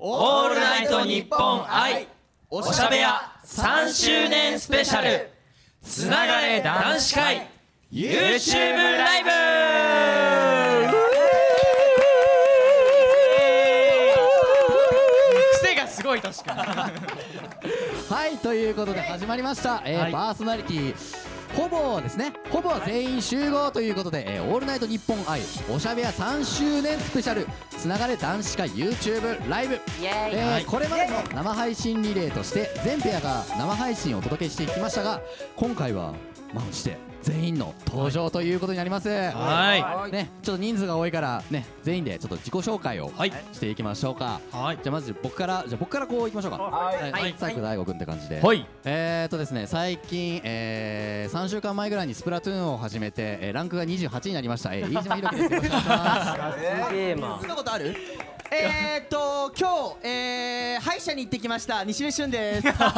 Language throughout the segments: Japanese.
オールナイトニッポン愛おしゃべや3周年スペシャルつながれ男子会 YouTube ライブ癖がすごい確かにはい、ということで始まりました、パーソナリティほぼですね、ほぼ全員集合ということで、オールナイトニッポン愛おしゃべや3周年スペシャルつながれ男子会 YouTube ライブ、これまでの生配信リレーとして全ペアが生配信をお届けしてきましたが、今回は満を持して全員の登場ということになります。はいね、ちょっと人数が多いからね、全員でちょっと自己紹介をしていきましょうか。じゃあまず僕からこういきましょうか。最後大悟くんって感じで。ですね、最近3週間前ぐらいにスプラトゥーンを始めてランクが28になりました。飯島ひろきです。よろしくお願いします。 すげえま。そんなことある？今日歯医者に行ってきました西部俊です。お願いします。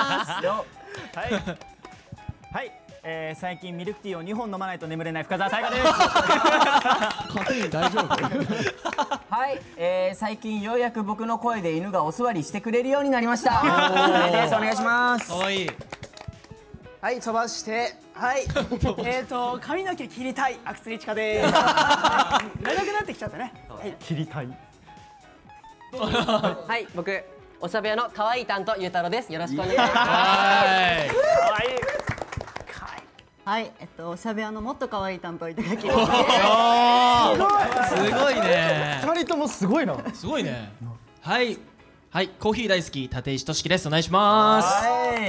はい。最近ミルクティーを2本飲まないと眠れない深澤大我です。 大丈夫？ はい、最近ようやく僕の声で犬がお座りしてくれるようになりました。お願いします。 はい、飛ばして、はい、髪の毛切りたい、阿久津一華です。長くなってきちゃったね。 切りたい。 はい、僕、おしゃべやの可愛い担当ゆうたろうです。よろしくお願いします。 はい、おしゃべやのもっと可愛い担当板垣です。 すごいね。 2人ともすごいな。 すごいね。はい、コーヒー大好き立石俊樹です。お願いします。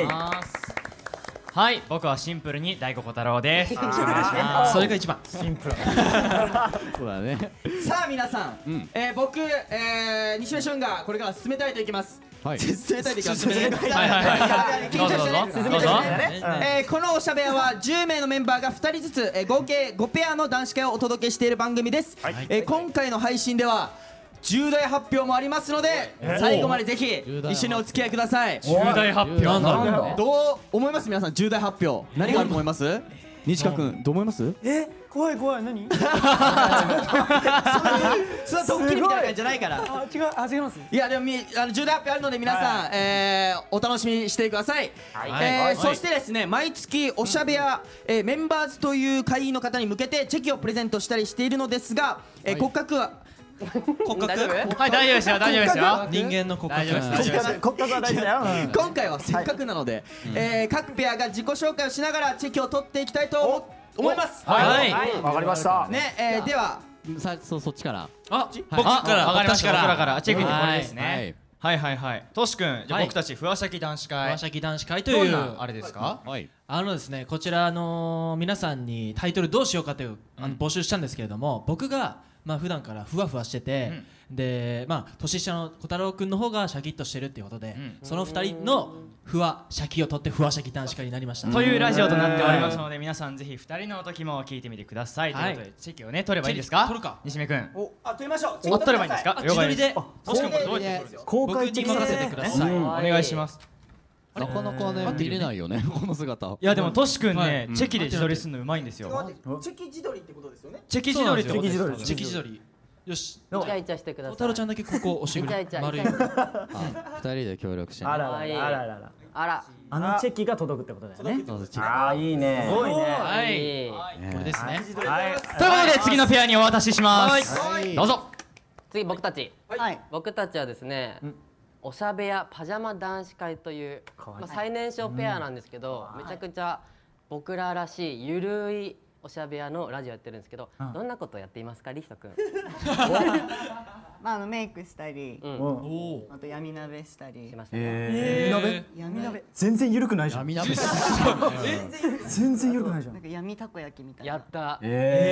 はい、僕はシンプルに大悟小太郎です。よろしくお願いします。 それが一番シンプル。 そうだね。 さあ皆さん、僕、西部俊がこれから進めたいといきます。進めたいといきます。このおしゃべやは10名のメンバーが2人ずつ、合計5ペアの男子会をお届けしている番組です。今回の配信では重大発表もありますので、最後までぜひ一緒にお付き合いください。 重大発表なんだ。 どう思います皆さん？重大発表何があると思います？西川くんどう思います？ 怖い怖い、何？ そんなドッキリみたいな感じじゃないから。 違います。 いやでも重大発表あるので皆さん、お楽しみにしてください。そしてですね、毎月おしゃべやメンバーズという会員の方に向けてチェキをプレゼントしたりしているのですが、骨格は骨格？ はい、大丈夫ですよ、大丈夫ですよ。 人間の骨格。 骨格は大事だよ。 今回はせっかくなので、各ペアが自己紹介をしながらチェキを取っていきたいと思います。 はい、 わかりました。 ね、ではそっちから。 僕からわかりました。僕らからチェックにこれですね。 はいはい。としくん、じゃあ僕たちふわしゃき男子会。 ふわしゃき男子会というあれですか？ ですね、こちら皆さんにタイトルどうしようかという募集したんですけれども、僕が普段からふわふわしてて、で年下の小太郎くんの方がシャキッとしてるっていうことで、その2人のふわシャキを取ってふわシャキ男子会になりましたというラジオとなっておりますので、皆さんぜひ2人の時も聞いてみてください。ということでチェキをね取ればいいですか？ 取るか西見くん。 取りましょう。 取ればいいんですか？ 自撮りで。 確かにどうやって取るんですか？ 僕に任せてください。 お願いします。 なかなかね見れないよねこの姿。 いやでもとしくんね、チェキで自撮りするのうまいんですよ。 チェキ自撮りってことですよね。 チェキ自撮りってことです。 チェキ自撮り。よし。 イチャイチャしてください。 小太郎ちゃんだけここ押してくれ。丸い。 2人で協力して。 あら。あのチェキが届くってことだよね。 ああ、いいね。 すごいね。 はい。これですね。 ということで次のペアにお渡しします。どうぞ。 次僕たち。 はい。 僕たちはですね、おしゃべやパジャマ男子会という最年少ペアなんですけど、めちゃくちゃ僕ららしいゆるいおしゃべやのラジオやってるんですけど、どんなことをやっていますか、リヒト君？ メイクしたり、あと闇鍋したりしますね。 闇鍋全然緩くないじゃん。 闇鍋。 全然緩くないじゃん。 なんか闇たこ焼きみたいな。 やった。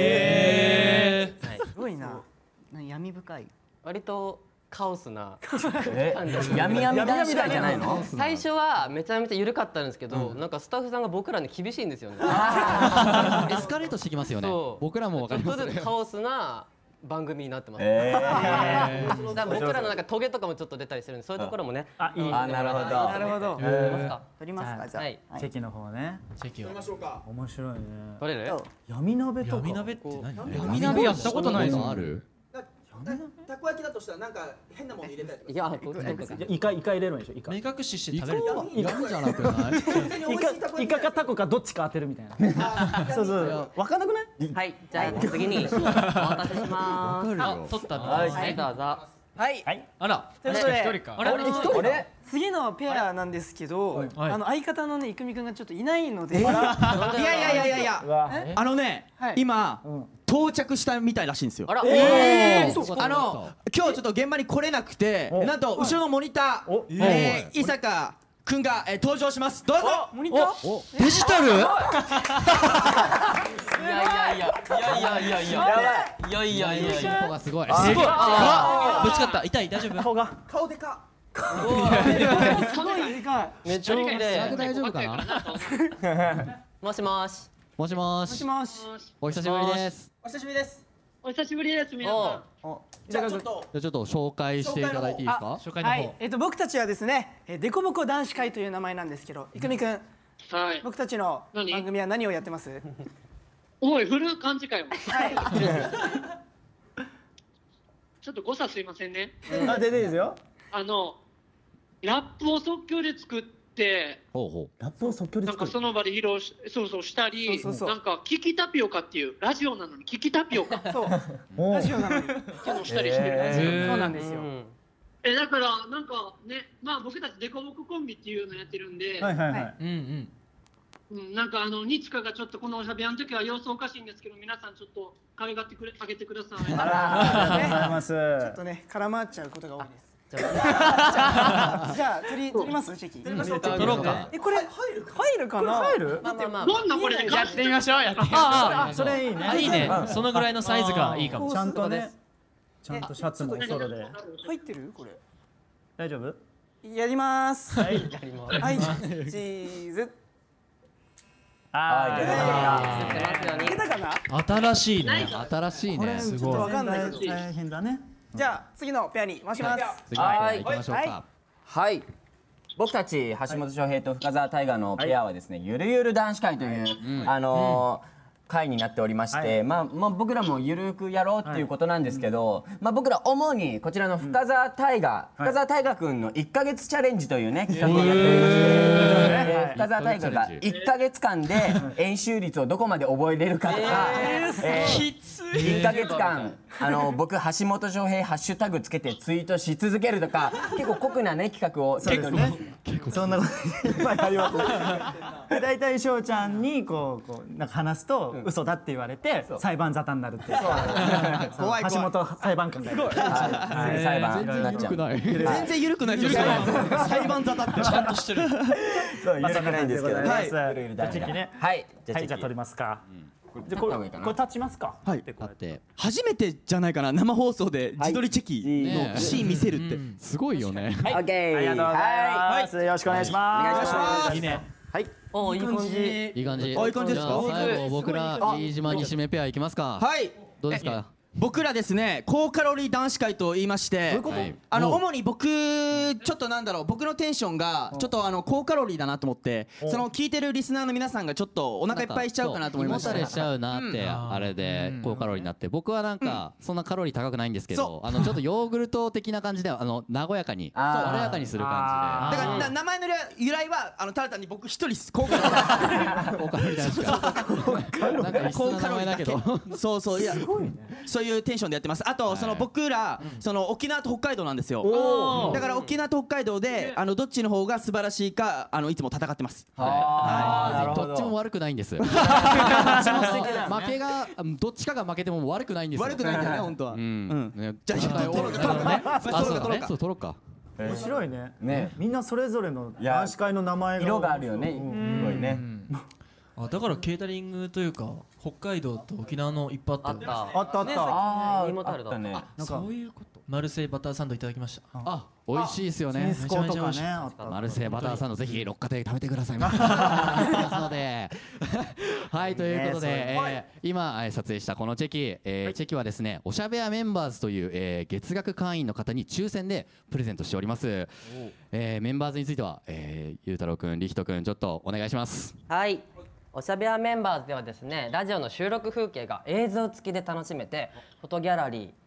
すごいな。闇深い。 割とカオスな。 闇男子会じゃないの？最初はめちゃめちゃ緩かったんですけど、なんかスタッフさんが僕らに厳しいんですよね。 エスカレートしてきますよね。僕らもわかります。 ちょっとずつカオスな番組になってます。僕らのなんかトゲとかもちょっと出たりするんで、そういうところもね。 あ、いい。 なるほど。 なるほど。 取りますか、じゃあ。 チェキの方ね。 チェキを。 面白いね。 取れる？ 闇鍋とか。 闇鍋って何？ 闇鍋やったことないぞ。 ある？ たこ焼きだとしたらなんか変なもの入れたりとか。 いやどっちとかイカ入れるんでしょイカ目隠ししてイカ食べるとはいらんじゃなくない？ イカかタコかどっちか当てるみたいなそうそう分かんなくないはいじゃあ次にお渡ししまわかるあよ。 取ったのはいどうぞはいあらということで一人かあれ次のペアなんですけど、 はい相方のねいくみくんがちょっといないので、 いやいやうわあのねはい今到着したみたいらしいんですよ。 あらあの今日ちょっと現場に来れなくてなんと後ろのモニタおー伊坂くんが登場します。どうぞ。 モニターデジタル？ いや進歩がすごい。 すごいぶつかった痛い大丈夫顔が顔でか。 すごいでかい。 めっちゃ綺麗大丈夫かな？ もしもしもしももしし。 もし。 お久しぶりです。 お久しぶりです。 お久しぶりです、皆さん。 じゃあちょっとじゃあちょっと紹介していただいていいですか？ 紹介の方はい、僕たちはですね、デコボコ男子会という名前なんですけど、いくみくん、 はい。 僕たちの何番組は何をやってます？ おい、フル感じかよ。 はい。 ちょっと誤差すいませんね。 あ出ていいですよラップを即興で作って、 ほうほラップを即興で作るなんかその場で披露し、そうしたり、 そうそうそうなんかキキタピオカっていうラジオなのにキキタピオカってそう。 おラジオなのに。 いうのをしたりしてるラジオ。 そうなんですよ。 だからなんかね、まあ僕たちデコボココンビっていうのやってるんで、 はいはいはいうんなんかニチカがちょっとこのおしゃべりの時は様子おかしいんですけど、皆さんちょっと可愛がってあげてください。 ありがとうございますちょっとね、絡まっちゃうことが多いです。じゃあ取りますチェキ。 取ろうかこれ入るかな？ 入るまあまあまあどんなこれやってみましょうやってみましょうあそれいいねあいいねそのぐらいのサイズがいいかもちゃんとねちゃんとシャツもおそろで入ってる？これ。 大丈夫やります。 はいはい。チーズ。 あ出てますように出たかな？ 新しいね新しいね。 ちょっとわかんない。 大変だねじゃあ次のペアに回します。 次のペア行きましょうか。 はい。僕たち橋本翔平と深澤大河のペアはですね、ゆるゆる男子会という会になっておりまして、まあ僕らもゆるくやろうっていうことなんですけど、まあ僕ら主にこちらの深澤大河くんの1ヶ月チャレンジというね企画をやっておりまして、深澤大河が1ヶ月間で円周率をどこまで覚えれるかとか、1ヶ月間僕橋本翔平ハッシュタグつけてツイートし続けるとか、結構酷なね企画をやっております。 そんなこといっぱいありますで大体翔ちゃんにこうなんか話すと嘘だって言われて裁判沙汰になるっていう怖い橋本裁判官がいる裁判全然緩くない。 全然緩くないですよ。裁判沙汰って。 ちゃんとしてるそう緩くないんですけどね。 はいじゃあチェキねはい。 はいじゃあ取りますかじゃあこれ立ちますかはいでこうやっだってて初めてじゃね生放送で自撮りチェキのシーン見せるって。 すごいよね。 オッケー。 ありがとうございますよろしくお願いしますお願いしますいいねおいい感じいい感じ。 いい感じですかじゃあ最後僕ら飯島西目ペア行きますか。 はい。 どうですか。 僕らですね高カロリー男子会と言いましてはい主に僕ちょっとなんだろう僕のテンションがちょっと高カロリーだなと思ってその聞いてるリスナーの皆さんがちょっとお腹いっぱいしちゃうかなと思いました胃もたれしちゃうなってあれで高カロリーになって、僕はなんかそんなカロリー高くないんですけど、ちょっとヨーグルト的な感じで和やかにまろやかにする感だから名前の由来はただ単に僕一人高カロリーじで高カロリーなんですか。なんか異質な名前だけど。 そうそういやそういうテンションでやってます。あとその僕らその沖縄と北海道なんですよ。だから沖縄と北海道でどっちの方が素晴らしいかいつも戦ってます。 どっちも悪くないんです。負けがどっちかが負けても悪くないんですよ。 悪くないんだよね本当は。じゃあ取ろうかそう取ろうか。 面白いねねみんなそれぞれの男子会の名前が色があるよね。すごいね。 だからケータリングというか北海道と沖縄のいっぱいあったよあったあった胃もたれだあったね。 そういうことマルセイバターサンドいただきましたあ、美味しいですよね。 スコとかねあったマルセイバターサンドぜひ六花亭食べてくださいますのではいということで今撮影したこのチェキチェキはですねおしゃべやメンバーズという月額会員の方に抽選でプレゼントしておりますメンバーズについてはゆうたろうくんりひとくんちょっとお願いしますはいおしゃべやメンバーズではですねラジオの収録風景が映像付きで楽しめてフォトギャラリー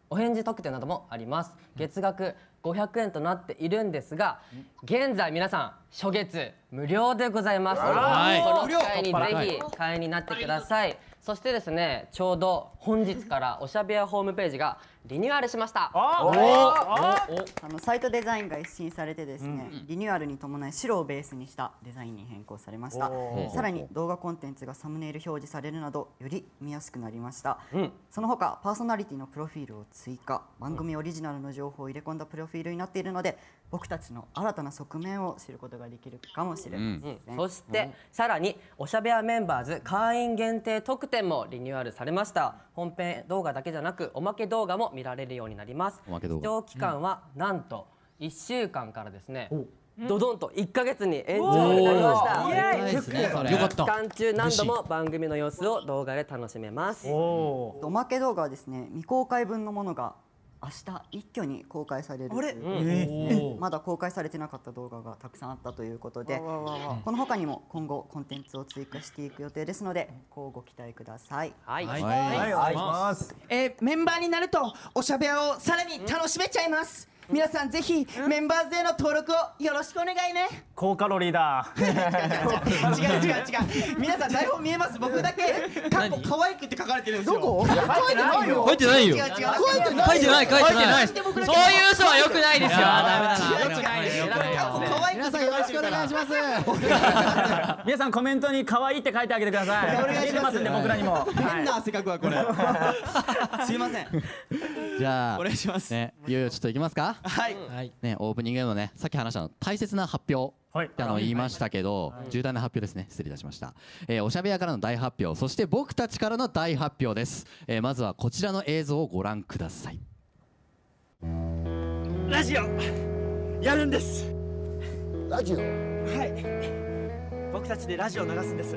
お返事特典などもあります。月額500円となっているんですが、現在皆さん初月無料でございます。この機会にぜひ会員になってください。そしてですね、ちょうど本日からおしゃべやホームページがリニューアルしました。 サイトデザインが一新されてですね、リニューアルに伴い白をベースにしたデザインに変更されました。さらに動画コンテンツがサムネイル表示されるなどより見やすくなりました。その他パーソナリティのプロフィールを追加、番組オリジナルの情報を入れ込んだプロフィールになっているので、僕たちの新たな側面を知ることができるかもしれません。 そしてさらにおしゃべやメンバーズ会員限定特典もリニューアルされました。本編動画だけじゃなくおまけ動画も見られるようになります。視聴期間はなんと1週間からですね、ドドンと1ヶ月に延長になりました。 よかった。 期間中何度も番組の様子を動画で楽しめます。 おまけ動画はですね、未公開分のものが明日一挙に公開されるということですね。まだ公開されてなかった動画がたくさんあったということで、この他にも今後コンテンツを追加していく予定ですので、こうご期待ください。 メンバーになるとおしゃべやをさらに楽しめちゃいます。皆さんぜひメンバーズへの登録をよろしくお願いね。 高カロリーだ。 違う。皆さん台本見えます。僕だけかっこ可愛くって書かれてるんですよ。どこ？書いてないよ。 書いてないよ。 書いてない。 そういう嘘は良くないですよ。 皆さんよろしくお願いします。 皆さんコメントに可愛いって書いてあげてください。お願いしますんで僕らにも。 変な汗かくわこれ。すいません。 じゃあお願いします。 ね、いよいよちょっといきますか。 はい。 ね、オープニングでもね、さっき話した大切な発表って言いましたけど、重大な発表ですね。失礼いたしました。おしゃべやからの大発表、そして僕たちからの大発表です。まずはこちらの映像をご覧ください。 ラジオやるんです。 ラジオ？ はい。僕たちでラジオ流すんです。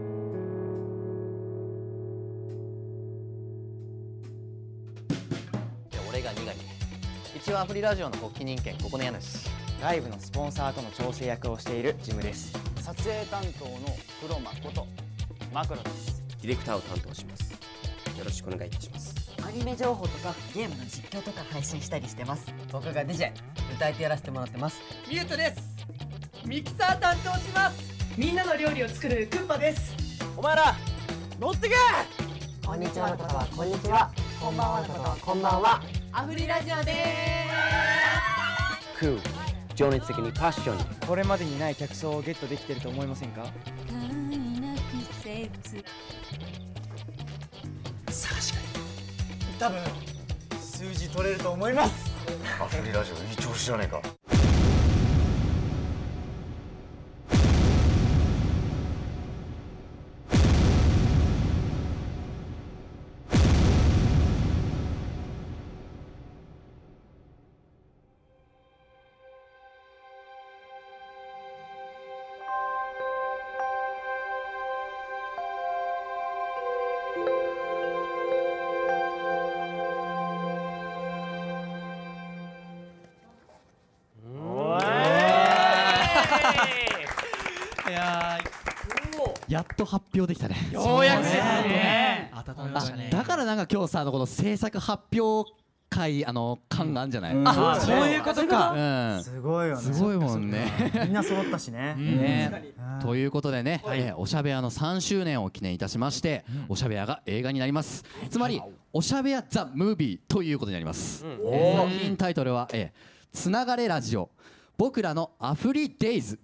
俺が苦手。一応アフリラジオの発起人兼ここの家主。 ライブのスポンサーとの調整役をしているジムです。 撮影担当のプロマことマクロです。 ディレクターを担当します。よろしくお願いいたします。 アニメ情報とかゲームの実況とか配信したりしてます。 僕が DJ 歌い手やらせてもらってます。 ミュートです。ミキサー担当します。みんなの料理を作るクッパです。 お前ら乗ってけ。 こんにちはの方はこんにちは、こんばんはの方はこんばんは。 アフリラジオでーす。クール、情熱的にパッションに。 これまでにない客層をゲットできてると思いませんか？ 探しがいい。多分数字取れると思います。 アフリラジオいい調子じゃねえか。 やっと発表できたね。 ようやくですね。温めましたね。 だからなんか今日さ、この制作発表会感があるんじゃない？ あ、そういうことか。 すごいよね。 すごいもんね。 みんな揃ったしね。 ということでね、おしゃべやの3周年を記念いたしまして、おしゃべやが映画になります。つまりおしゃべやザ・ムービーということになります。作品タイトルはつながれラジオ、僕らのアフリデイズ。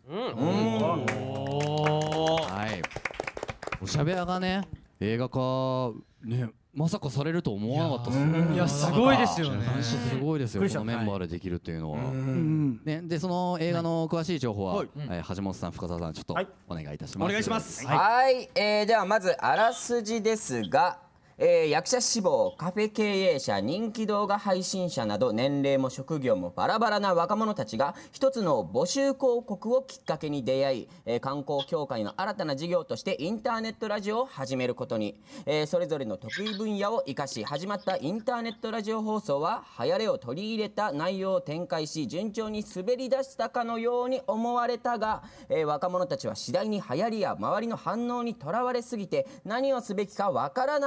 おしゃべやがね、映画化ね、まさかされると思わなかったですね。 いや、すごいですよね。 すごいですよ、このメンバーでできるっていうのは。ね、でその映画の詳しい情報は橋本さん、深澤さん、ちょっとお願いいたします。 お願いします。 はい、ではまずあらすじですが、役者志望、カフェ経営者、人気動画配信者など年齢も職業もバラバラな若者たちが一つの募集広告をきっかけに出会い、観光協会の新たな事業としてインターネットラジオを始めることに、それぞれの得意分野を生かし始まったインターネットラジオ放送は流行りを取り入れた内容を展開し、順調に滑り出したかのように思われたが、若者たちは次第に流行りや周りの反応にとらわれすぎて何をすべきかわからなくなる。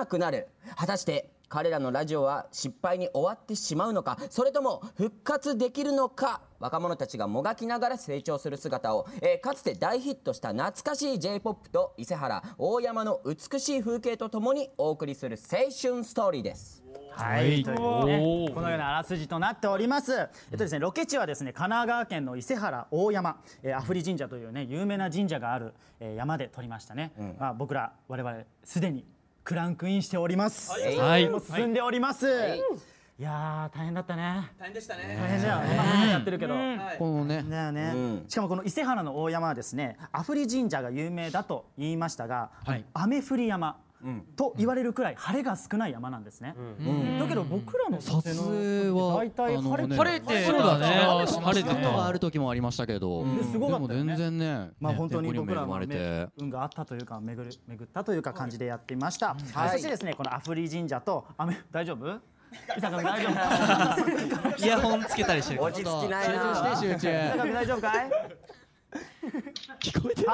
果たして彼らのラジオは失敗に終わってしまうのか、それとも復活できるのか。若者たちがもがきながら成長する姿を、かつて大ヒットした懐かしい J-POP と伊勢原大山の美しい風景とともにお送りする青春ストーリーです。 はい、ということでね、このようなあらすじとなっております。ですね、ロケ地はですね、神奈川県の伊勢原大山、阿夫利神社というね有名な神社がある、山で撮りましたね。僕ら我々すでにクランクインしております。はい、もう進んでおります。いやー大変だったね。 大変でしたね。 大変だよ。今やってるけど、 このね、 だよね。しかもこの伊勢原の大山はですね、阿夫利神社が有名だと言いましたが、雨降り山と言われるくらい晴れが少ない山なんですね。だけど僕らの撮影は大体晴れてそうだね。晴れてた。ある時もありましたけど、 すごかったよね。 全然ね、 まあ本当に僕らも運があったというか巡ったというか感じでやっていました。そしてですね、この阿夫利神社と大丈夫？伊坂君大丈夫？ イヤホンつけたりしてる。 落ち着きないな。 集中。伊坂君大丈夫かい？ 聞こえてる。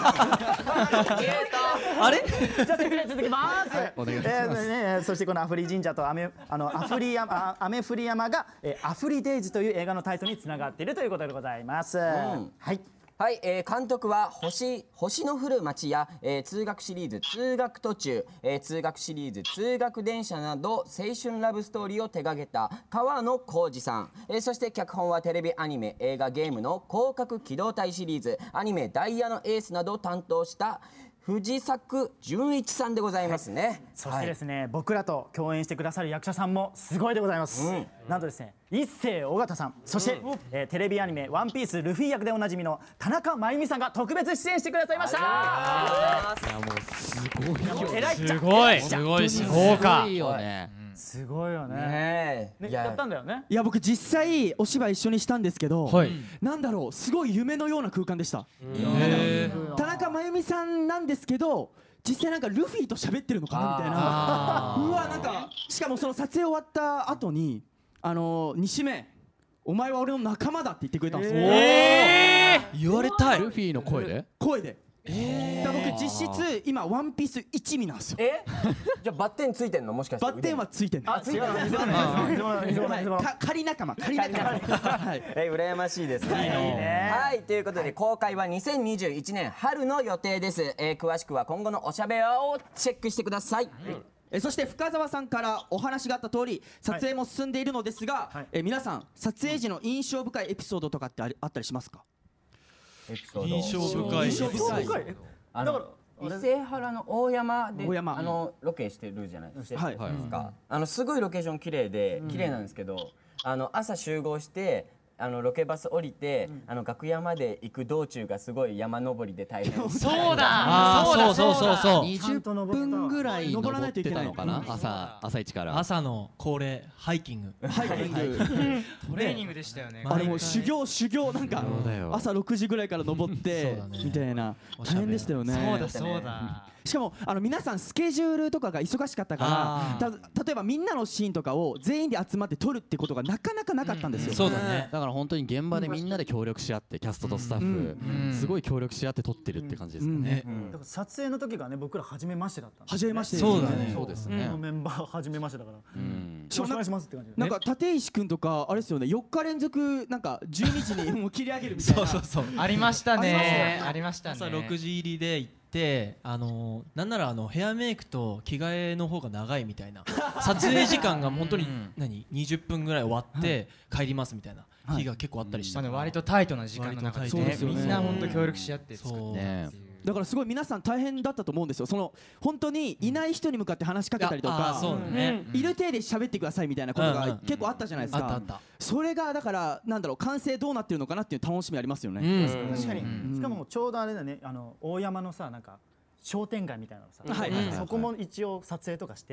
あれ？じゃあ説明続きます。お願いします。そしてこの阿夫利神社と雨降り山がアフリデイズという映画のタイトルにつながっているということでございます。はい。 はい、監督は星の降る街や、通学シリーズ通学途中、通学シリーズ通学電車など青春ラブストーリーを手掛けた川野浩二さん、そして脚本はテレビアニメ映画ゲームの広角機動隊シリーズ、アニメダイヤのエースなどを担当した藤作純一さんでございますね。 そしてですね、僕らと共演してくださる役者さんもすごいでございます。なんとですね、一世尾形さん、そして、テレビアニメワンピースルフィ役でおなじみの田中真由美さんが特別出演してくださいました。いやもうすごい。 偉いっちゃ。 すごい豪華。 すごいよね。やったんだよね。 いや僕実際お芝居一緒にしたんですけど、なんだろう、すごい夢のような空間でした。田中真由美さんなんですけど、実際なんかルフィと喋ってるのかなみたいな。うわ、なんかしかもその撮影終わった後に西目お前は俺の仲間だって言ってくれたんですよ。 言われたい。 ルフィの声で？ 声で。だ僕実質今ワンピース一味なんですよ。 じゃあバッテンついてんの？もしかしてバッテンはついてんの。 ついてる。 仮仲間。 羨ましいですね。はい、ということで公開は2021年春の予定です。詳しくは今後のおしゃべやをチェックしてください。 そして深澤さんからお話があった通り撮影も進んでいるのですが、皆さん撮影時の印象深いエピソードとかってあったりしますか？ 印象深い。 だから伊勢原の大山でロケしてるじゃないですか。すごいロケーション綺麗なんですけど、朝集合してロケバス降りて楽屋まで行く道中がすごい山登りで大変。 そうだ。そう。 20分ぐらい登ってたのかな。朝一から。 朝の恒例ハイキング。 トレーニングでしたよね。 あれもう修行なんか朝6時ぐらいから登ってみたいな大変でしたよね。 そうだ。 しかも皆さんスケジュールとかが忙しかったから例えばみんなのシーンとかを全員で集まって撮るってことがなかなかなかったんですよ。 そうだね。 だから本当に現場でみんなで協力し合ってキャストとスタッフすごい協力し合って撮ってるって感じですね。 撮影の時がね僕ら初めましてだったんで。 初めまして。 そうだね。そうですね。 メンバー初めましてだから。よろしくお願いしますって感じ。 なんか立石くんとかあれですよね、4日連続なんか12時にもう切り上げるみたいな。 そう。 ありましたね。 朝6時入りで行って。なんならヘアメイクと着替えの方が長いみたいな撮影時間が本当に20分ぐらい終わって帰りますみたいな日が結構あったりして、 割とタイトな時間の中でみんな本当協力し合って作ってだからすごい皆さん大変だったと思うんですよ。本当にいない人に向かって話しかけたりとか、いる体で喋ってくださいみたいなことが結構あったじゃないですか。それがだからなんだろう、完成どうなってるのかなっていう楽しみありますよね。 確かに。しかもちょうどあれだね、大山のさなんか商店街みたいなのさ、そこも一応撮影とかして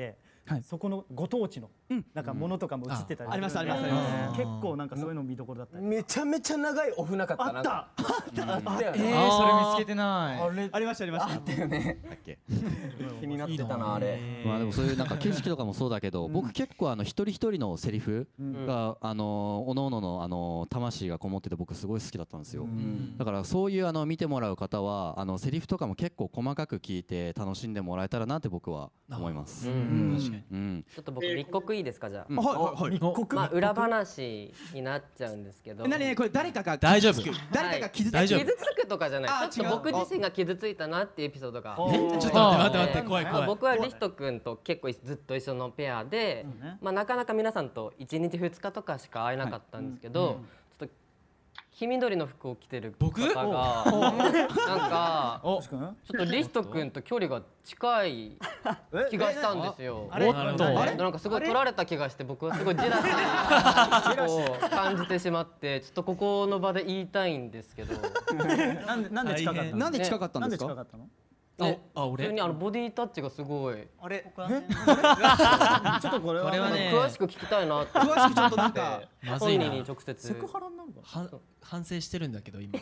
そこのご当地のなんかものとかも映ってたりありますありますあります。 結構なんかそういうの見どころだったり。 めちゃめちゃ長いお船かったな。 あった。 それ見つけてない。 ありましたありました。 あったよね。気になってたなあれ。 まあでもそういうなんか景色とかもそうだけど、僕結構一人一人のセリフが各々の魂がこもってて僕すごい好きだったんですよ。だからそういう見てもらう方はセリフとかも結構細かく聞いて楽しんでもらえたらなって僕は思います。 ちょっと僕密告いいですかじゃあ。密告。まあ裏話になっちゃうんですけど。 何これ誰かが大丈夫。 誰かが傷つくとかじゃない。ちょっと僕自身が傷ついたなっていうエピソードが。 ちょっと待って怖い怖い。 僕はリヒト君と結構ずっと一緒のペアで、まあなかなか皆さんと1日2日とかしか会えなかったんですけど、ちょっと黄緑の服を着てる方がなんかちょっとリヒト君と距離が近い気がしたんですよ。なんかすごい取られた気がして僕はすごいジェラシーを感じてしまってちょっとここの場で言いたいんですけど。 なんで近かったの？ なんで近かったんですか？ 普通にボディタッチがすごい。 あれ？ちょっとこれはね詳しく聞きたいなって。 詳しくちょっとなんか本人に直接。 セクハラになるか。 反省してるんだけど今。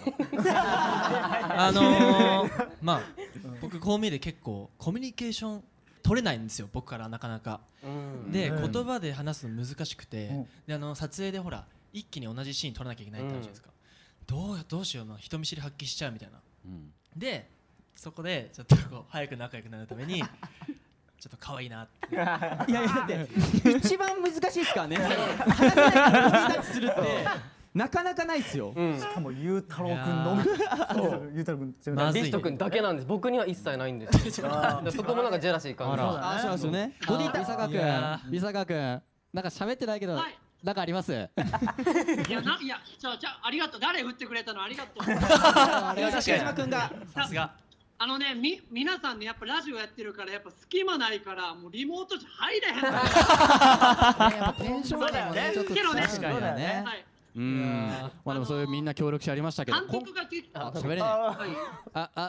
まあ僕こう見て結構コミュニケーション取れないんですよ僕からなかなか。で言葉で話すの難しくて、で撮影でほら一気に同じシーン撮らなきゃいけないってあるじゃないですか。どうしような人見知り発揮しちゃうみたいな。でそこでちょっとこう早く仲良くなるためにちょっと可愛いなって。いやだって一番難しいですからね。話せないからボディタッチするってなかなかないですよ。 しかもゆうたろうくんのみ。ゆうたろうくん。 リヒトくんだけなんです。僕には一切ないんですよ。そこもなんかジェラシー感じ。 そうですよね。 ボディタッチ。リサカ君なんか喋ってないけどなんかあります？いやじゃあありがとう。誰振ってくれたのありがとう。 北島君がさすが。 皆さんねやっぱラジオやってるからやっぱ隙間ないからもうリモートじゃ入れへん。 やっぱテンションがねちょっと違うよね。まあでもそういうみんな協力してありましたけど。 監督が喋れない。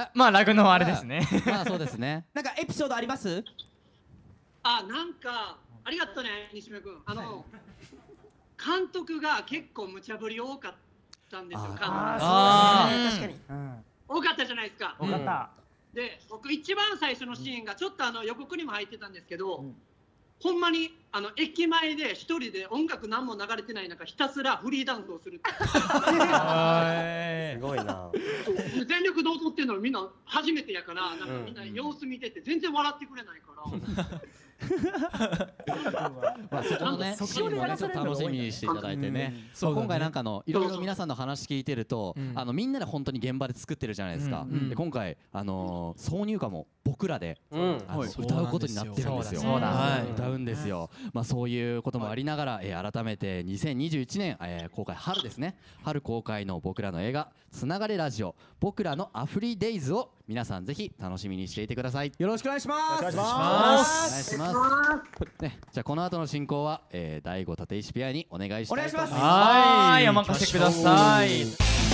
まあラグのあれですね。 まあそうですね。 なんかエピソードあります？ なんかありがとうね西村君。監督が結構無茶ぶり多かったんですよ。確かに。多かったじゃないですか。 多かった。 で僕一番最初のシーンがちょっと予告にも入ってたんですけど、ほんまに駅前で一人で音楽何も流れてない中ひたすらフリーダンスをする。 すごいな。 全力で踊ってるのみんな初めてやからなんかみんな様子見てて全然笑ってくれないから。 まあそこのねシーンもねちょっと楽しみにしていただいてね。今回なんかいろいろ皆さんの話聞いてるとみんなで本当に現場で作ってるじゃないですか。で今回挿入歌も僕らで歌うことになってるんですよ。歌うんですよ。まあそういうこともありながら改めて2021年公開春ですね。春公開の僕らの映画つながれラジオ僕らのアフリデイズを皆さんぜひ楽しみにしていてください。 よろしくお願いします。 お願いします。じゃあこの後の進行は大悟立石ペアにお願いしたいと思います。 はい、お任せください。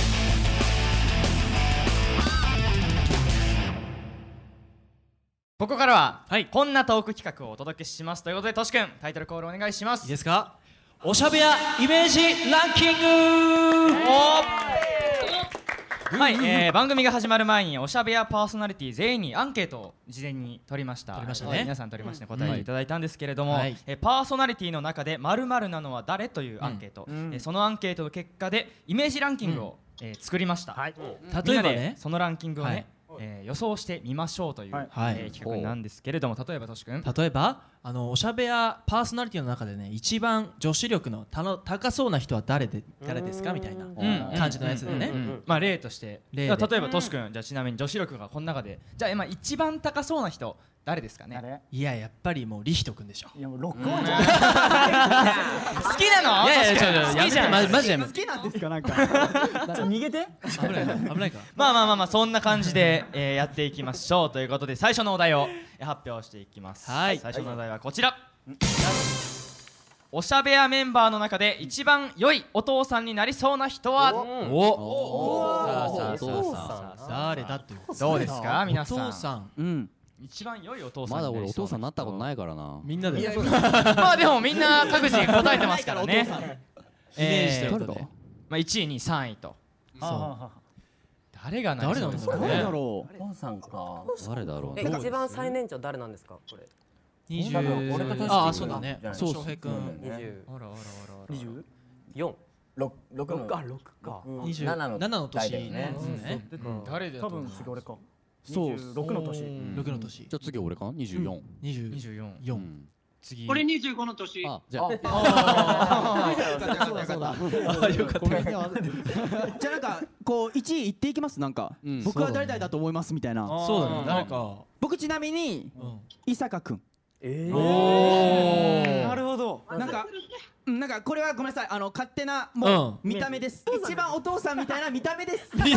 ここからはこんなトーク企画をお届けしますということで、としくんタイトルコールお願いします。 いいですか？おしゃべやイメージランキング。 はい、番組が始まる前におしゃべやパーソナリティ全員にアンケートを事前に取りました。皆さん取りまして答えていただいたんですけれども、パーソナリティの中で〇〇なのは誰というアンケート、そのアンケートの結果でイメージランキングを作りました。 例えばね、 そのランキングをね予想してみましょうという企画なんですけれども、例えばとしくん、 例えばおしゃべやパーソナリティの中でね一番女子力の高そうな人は誰ですかみたいな感じのやつでね、 まあ例として例えばとしくん、じゃあちなみに女子力がこの中でじゃあ一番高そうな人誰ですかね？ いややっぱりもうリヒトくんでしょ。 いやもうロックオンじゃん。 好きなの？ いやいや好きじゃん。 マジで好きなんですかなんか。逃げて。 危ないか。 まあそんな感じでやっていきましょうということで、最初のお題を発表していきます。最初のお題はこちら。おしゃべやメンバーの中で一番良いお父さんになりそうな人は？ さあ誰だっていう。 どうですか皆さん。 お父さん。 一番良いお父さん。 まだ俺お父さんになったことないからな。 みんなで。 まあでもみんな各自答えてますからね。 イメージしてると。 まあ1位、2位、3位と。誰がなりそうですかね。 誰だろう。お父さんか。 誰だろう。 一番最年長誰なんですかこれ。 20。ああそうだね。そう翔平君。 20。 あらあらあら。 24。 6か。 27の年ね。 誰だ。 多分次俺か。そう6の年。 6の年。 じゃあ次俺かな。24。 24。次。 俺25の年。 あじゃあ。 そうだ。よかった。じゃあなんかこう1位言っていきますなんか。僕は誰々だと思いますみたいな。 そうだね。誰か。 僕ちなみに伊坂君。 なるほど。 なんかこれはごめんなさい勝手なもう見た目です。一番お父さんみたいな見た目です。子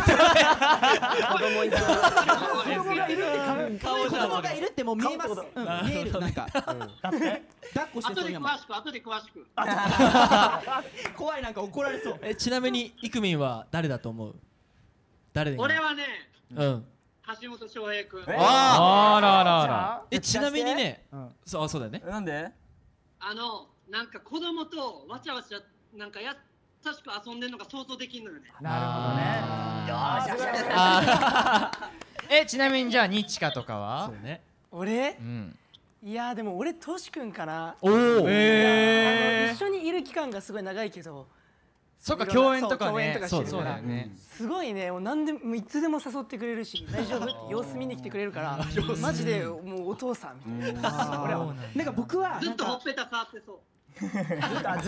供がいるってもう見えます。見えるなんか。抱っこしてそういうの。 後で詳しく。 怖いなんか怒られそう。 ちなみにイクミンは誰だと思う？誰？ 俺はね。橋本翔平君。 あら。 ちなみにね。そうだよね。 なんで？ なんか子供とわちゃわちゃなんか優しく遊んでるのが想像できるのよね。 なるほどね。 ちなみにじゃあニチカとかは？ そうね。 俺？いやでも俺トシ君かな。 おお。 一緒にいる期間がすごい長いけど。 そっか共演とかね。 そうだよね。すごいね。もう何でもいつでも誘ってくれるし大丈夫って様子見に来てくれるからマジでもうお父さんみたいな。 なんか僕はずっとほっぺた触ってそう。 ずっとずっ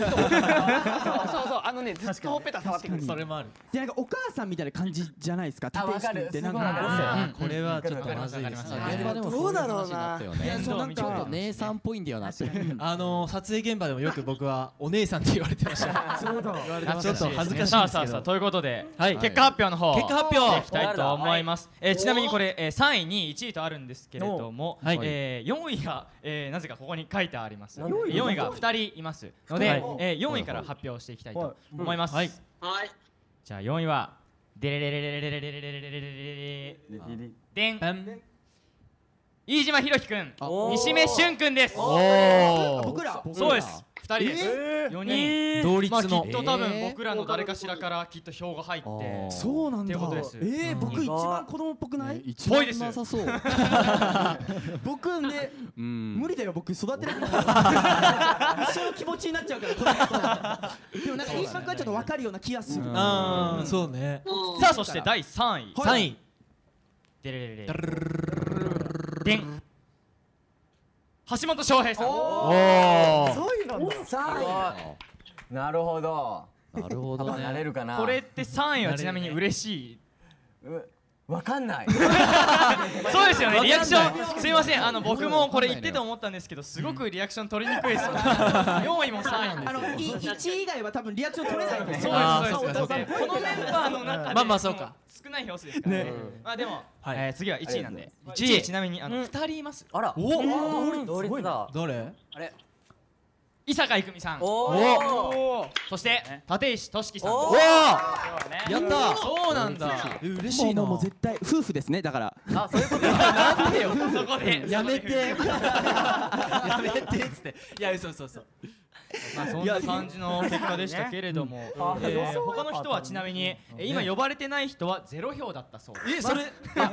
とほっぺた触ってくる。 それもある。 でなんかお母さんみたいな感じじゃないですか。立石君ってなんかこれはちょっとまずいですね。 どうだろうな。 ちょっと姉さんっぽいんだよな。撮影現場でもよく僕はお姉さんって言われてました。ちょっと恥ずかしいですけど。 ということで結果発表の方結果発表いきたいと思います。ちなみにこれ3位2位1位とあるんですけれども4位がなぜかここに書いてあります。4位が2人いますので4位から発表していきたいと思います。じゃあ4位はデレレレレレレレレレレレレレでん飯島博樹くん西目俊くんです。 僕らそうです。2人です。4人同率のきっと多分僕らの誰かしらからきっと票が入ってそうなんだ。 っていうことです。 僕一番子供っぽくない？ ぽいです。 なさそう。 僕ね無理だよ僕育てられない。一緒の気持ちになっちゃうから。でもなんか飯島君はちょっと分かるような気がする。 そうね。 さあそして第3位。 3位。 でれれれでん橋本翔平さん。 そういうのなるほど。 なるほどね。 なれるかな。 これって3位はちなみに嬉しい。 わかんない。 そうですよね。リアクションすいません。僕もこれ言ってて思ったんですけどすごくリアクション取りにくいですよ。4位も3位です。 1位以外は多分リアクション取れないんです。 そうです。このメンバーの中でまあそうか。 少ない票数ですからね。まあでも次は1位なんで。1位ちなみに2人います。 あら。同率だ。 誰？ あれ。 伊坂郁美さん。そして立石俊樹さん。 やったそうなんだ。 嬉しいな。 もう絶対夫婦ですねだから。 あそういうこと。 なんでよ。そこでやめて。やめてっつって。いやそう。 まあそんな感じの結果でしたけれども、他の人はちなみに今呼ばれてない人は0票だったそうです。 それだ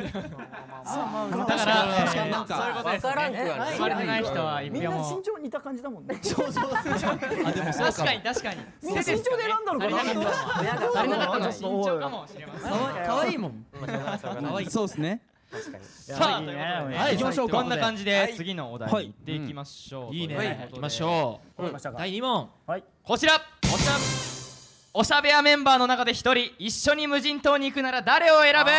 からなんかそういうことですね。呼ばれてない人は1票も。 みんな身長似た感じだもんね。 そう。 あでも確かに。 みんな身長で選んだのかな。 足りなかったの身長かもしれません。 可愛いもん。 可愛い。そうですね。 さあということで行きましょうか。こんな感じで次のお題に行っていきましょう。 いいね。行きましょう。第2問。 こちら。おしゃべやメンバーの中で1人一緒に無人島に行くなら誰を選ぶ？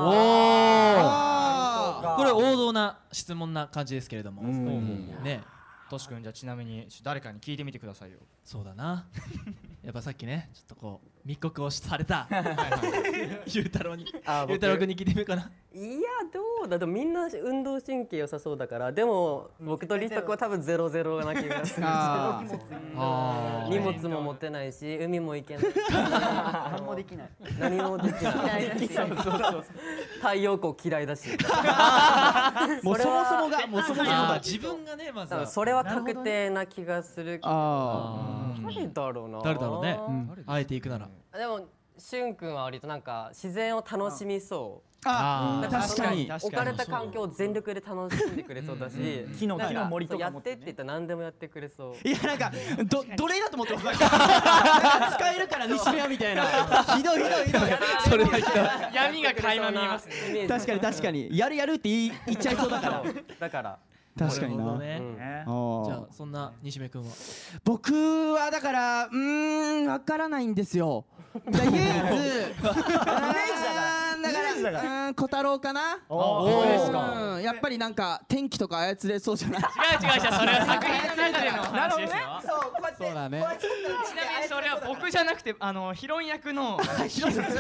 これ王道な質問な感じですけれども。ね。 とし君じゃあちなみに誰かに聞いてみてくださいよ。 そうだな。やっぱさっきねちょっとこう密告をされたゆうたろう君に聞いてみようかな。 いやどうだでもみんな運動神経良さそうだからでも僕とリスト君は多分0-0な気がする荷物も持ってないし海も行けない何もできない何もできない太陽光嫌いだしもうそもそもが自分がねまずそれは確定な気がするけど誰だろうな誰だろうねあえていくならでもしゅんくんは割となんか自然を楽しみそう確かに置かれた環境を全力で楽しんでくれそうだし木の森とかやってって言ったら何でもやってくれそういやなんか奴隷だと思ってます使えるから西宮みたいなひどいそれはひどい闇が垣間見えますね確かにやるって言っちゃいそうだからだから確かになじゃあそんな西目くんは僕はだからわからないんですよ唯一だから小太郎かなやっぱりなんか天気とか操れそうじゃない違うそれは作品の中での話ですよそうだねちなみにそれは僕じゃなくてヒロイン役の方です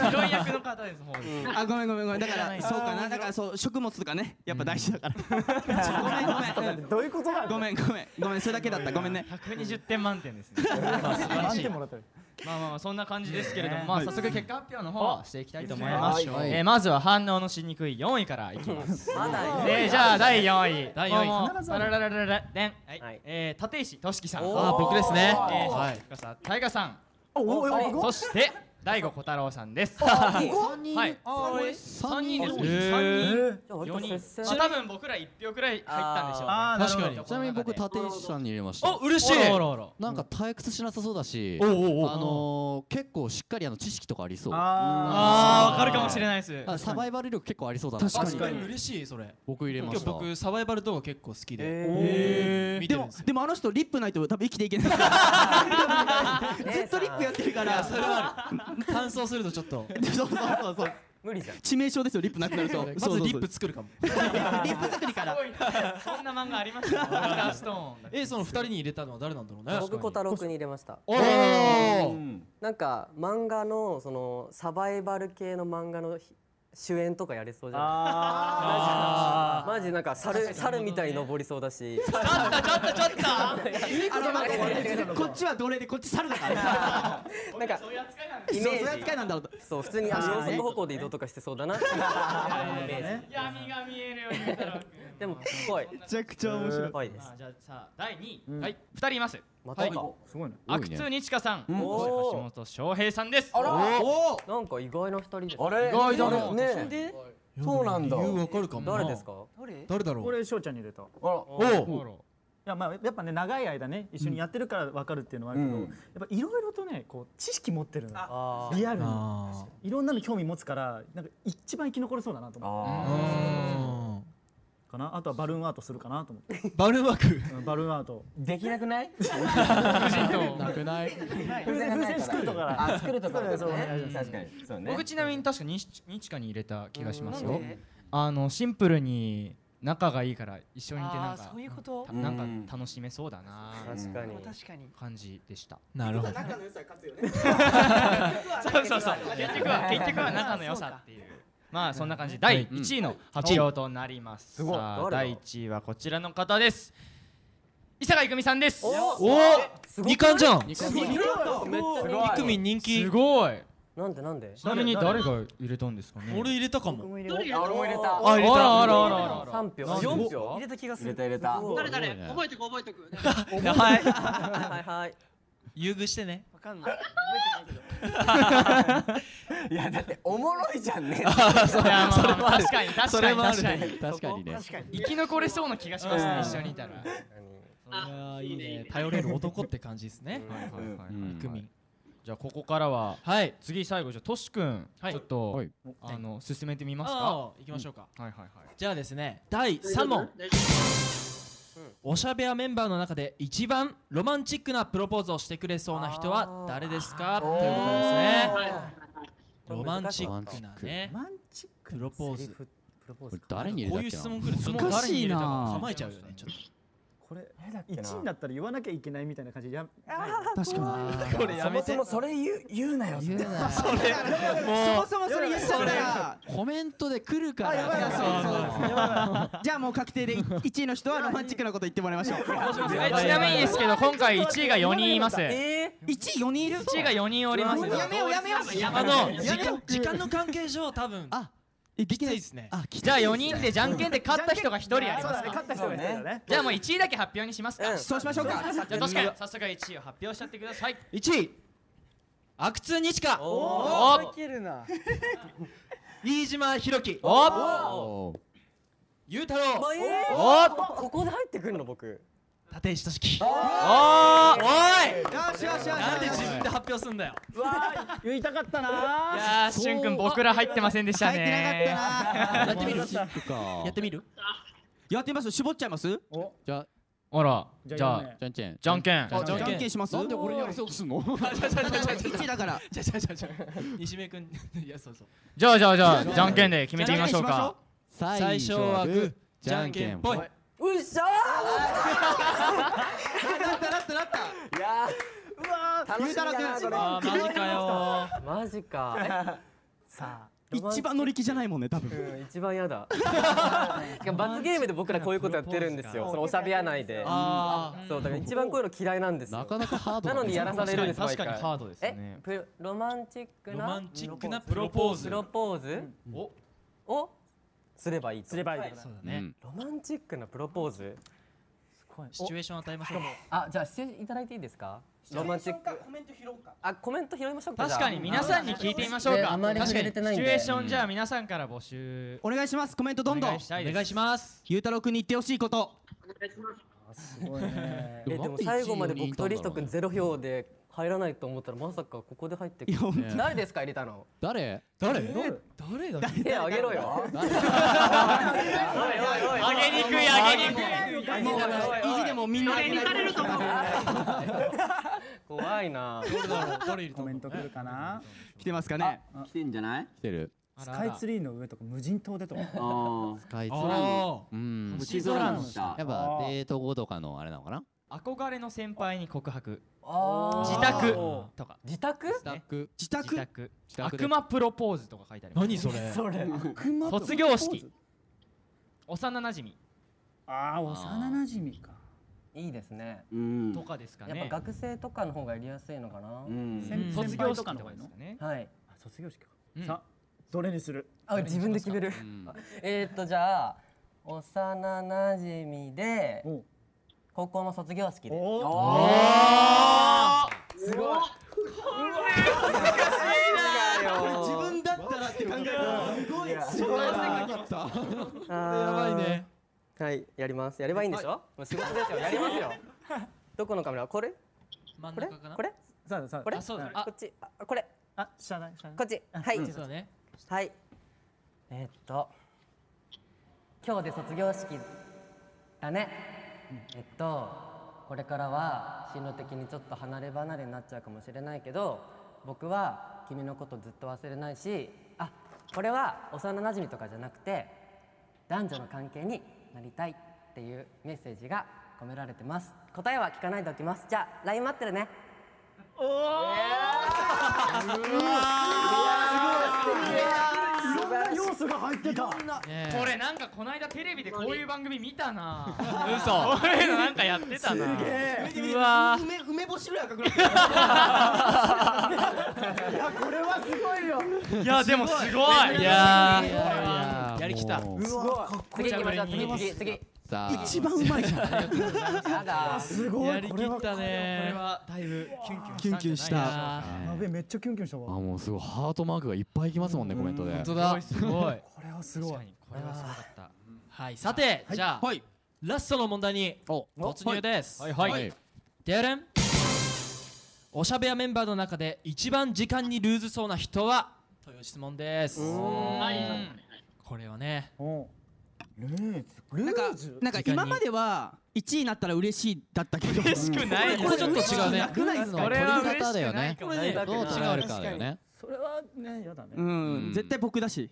ごめんだからそうかなだからそう食物とかねやっぱ大事だからごめんどういうことなのごめんそれだけだったごめんね 120点満点ですね満点もらったまあそんな感じですけれども早速結果発表の方していきたいと思いますまずは反応のしにくい4位からいきますじゃあ第4位立石俊樹さん僕ですね大河さんそして大悟小太郎さんです。 3 人です。4人。多分僕ら1票くらい入ったんでしょうね。 確かに。 ちなみに僕立石さんに入れました。 あ、嬉しい。 なんか退屈しなさそうだし、結構しっかり知識とかありそう。 わかるかもしれないです。 サバイバル力結構ありそうだな。 確かに嬉しいそれ。 僕入れました。 僕サバイバル動画結構好きで。 でもあの人リップないと多分生きていけない。ずっとリップやってるから。 それは乾燥するとちょっとそう無理じゃん致命傷ですよリップなくなるとまずリップ作るかもリップ作りからそんな漫画ありましたストーンその2人に入れたのは誰なんだろうね僕小太郎くんに入れましたなんか漫画のそのサバイバル系の漫画の主演とかやれそうじゃないマジなんか猿みたいに登りそうだしちょっとこっちは奴隷でこっち猿だからなんかイメージ扱いなんだろうそう普通に四足歩行で移動とかしてそうだな闇が見えるように太郎くんでも怖いめちゃくちゃ面白いじゃあさ第2位2人いますまたかすごいね阿久津にちかさん橋本翔平さんですなんか意外な2人ですあれ意外だねそうなんだ理由わかるかも誰ですか誰だろうこれ翔ちゃんに入れたいやまあやっぱね長い間ね一緒にやってるから分かるっていうのはあるけどやっぱいろいろとねこう知識持ってるのリアルにいろんなの興味持つからなんか一番生き残れそうだなと思ってかなあとはバルーンアートするかなと思ってバルーンワークバルーンアートできなくないなくない風船作るとか作るとか確かに僕ちなみに確かに日華に入れた気がしますよシンプルに仲がいいから一緒にいてなんか楽しめそうだな確かに感じでしたなるほど仲の良さ勝つよねそう結局は仲の良さっていうまあそんな感じ第1位の発表となりますさあ第1位はこちらの方です伊坂郁美さんです 2冠じゃんめっちゃ人気郁美人気すごいなんでちなみに誰が入れたんですかね俺入れたかも俺も入れたあら 3票4票入れた気がする入れた誰覚えとくはい優遇してねわかんないいやだっておもろいじゃんねそれは確かに確かにね生き残れそうな気がしますね一緒にいたらいいね頼れる男って感じですね郁美じゃあここからは次最後じゃあとしくんちょっと進めてみますかいきましょうかはいじゃあですね第3問おしゃべやメンバーの中で一番ロマンチックなプロポーズをしてくれそうな人は誰ですかということですねロマンチックなねプロポーズ誰に入れたっけなこういう質問来ると誰に入れたか構えちゃうよねちょっとこれ1位になったら言わなきゃいけないみたいな感じで確かにこれやめて。 そもそもそれ言うなよ。 そもそもそれ言ったらコメントで来るから。 じゃあもう確定で1位の人はロマンチックなこと言ってもらいましょう。 ちなみにですけど今回1位が4人います。 1位4人いる ？1位が4人おります。 やめようやめよう。 時間の関係上多分できないですね。 じゃあ4人でじゃんけんで勝った人が1人やりますか。 勝った人がね。 じゃあもう1位だけ発表にしますか。 そうしましょうか。 じゃあ確かに早速1位を発表しちゃってください。 1位阿久津西香。 おおいけるな。 飯島ひろき。ゆうたろう。 ここで入ってくるの僕。 立石俊樹。 おい。 よしよしよし。 なんで自分で発表すんだよ。 言いたかったな。 いやしゅんくん僕ら入ってませんでしたね。 入ってなかったな。 やってみる？やってみる？ やってみます。絞っちゃいます？ じゃあら、じゃあじゃんけん。 じゃんけん。 じゃんけんします？ なんで俺にやらせようとすんの ？1位だから。 じゃ西目くん、いやそうそう。 じゃあじゃんけんで決めてみましょうか。 最初はグー、じゃんけんぽい。 うっしゃなった。 いやうわー。ゆうたろうくん。 マジかよ。 マジか。 さあ一番乗り気じゃないもんね多分。 一番やだ。罰ゲームで僕らこういうことやってるんですよ。そのおしゃべや内で。そうだから一番こういうの嫌いなんですよ。 なかなかハードなのにやらされるんです。 確かにハードですね。 ロマンチックなプロポーズ。 プロポーズをすればいい。 すればいい。 そうだね。 ロマンチックなプロポーズ。 シチュエーション与えましょう。 あ、じゃあしていただいていいですか。ロマンチック。 コメント拾おうか。 あ、コメント拾いましょうか。 確かに皆さんに聞いてみましょうか。 あまり触れてないんで。 シチュエーションじゃあ皆さんから募集お願いします。コメントどんどんお願いします。 ゆうたろうくんに言ってほしいこと。 お願いします。 すごいね。 でも最後まで僕とリヒト君0票で入らないと思ったらまさかここで入ってくる。誰ですか入れたの？ 誰だ。 手あげろよ。 あげにくい。 意地でもみんな誰にされると思う。 怖いな。 コメント来るかな。 来てますかね。 来てんじゃない？ 来てる。 スカイツリーの上とか無人島でとか。 スカイツリー。 星空の下。 やっぱデート後とかのあれなのかな。 憧れの先輩に告白。自宅とか。 自宅？ 悪魔プロポーズとか書いてあります。 何それ？ 卒業式。幼馴染。 ああ、幼馴染か。 いいですね。 とかですかね。 やっぱ学生とかの方がやりやすいのかな。 卒業式とかですかね。 はい。 卒業式か。さあ、どれにする？ あ、自分で決める。じゃあ幼馴染で高校の卒業式で。 すごい。自分だったらって考えた。すごい。 やばいね。 はい、やります。やればいいんでしょ？もう仕事ですよ。やりますよ。どこのカメラ？これ？ 真ん中かな？ これ？これ？ そうだ。 こっち。これ。 下だ。 こっち。はい。 そうだね。 はい。今日で卒業式だね。これからは進路的にちょっと離れ離れになっちゃうかもしれないけど、僕は君のことずっと忘れないし、これは幼馴染とかじゃなくて男女の関係になりたいっていうメッセージが込められてます。答えは聞かないでおきます。じゃあ LINE 待ってるね。 おお。いろんな要素が入ってた。 これなんかこの間テレビでこういう番組見たな。嘘。こういうのなんかやってたな。 すげえ。 うわ。 梅干しぐらい赤くなってる。 いやこれはすごいよ。 いやでもすごい。 いややりきった。 次行きましょう。次。 一番うまいじゃん。 やだ。 すごい。 やりきったね。これはだいぶキュンキュンした。 やべえめっちゃキュンキュンしたわ。 もうすごいハートマークがいっぱいきますもんねコメントで。 本当だ。すごい。 これはすごい。 これはすごかった。 はい。さてじゃあラストの問題に突入です。 はい。 でれん。おしゃべやメンバーの中で一番時間にルーズそうな人はという質問です。これはね。なんか今までは1位になったら嬉しいだったけど、 嬉しくない。 これちょっと違うね。 これは嬉しくない。どう違うかだよね。 それはねやだね。 絶対僕だし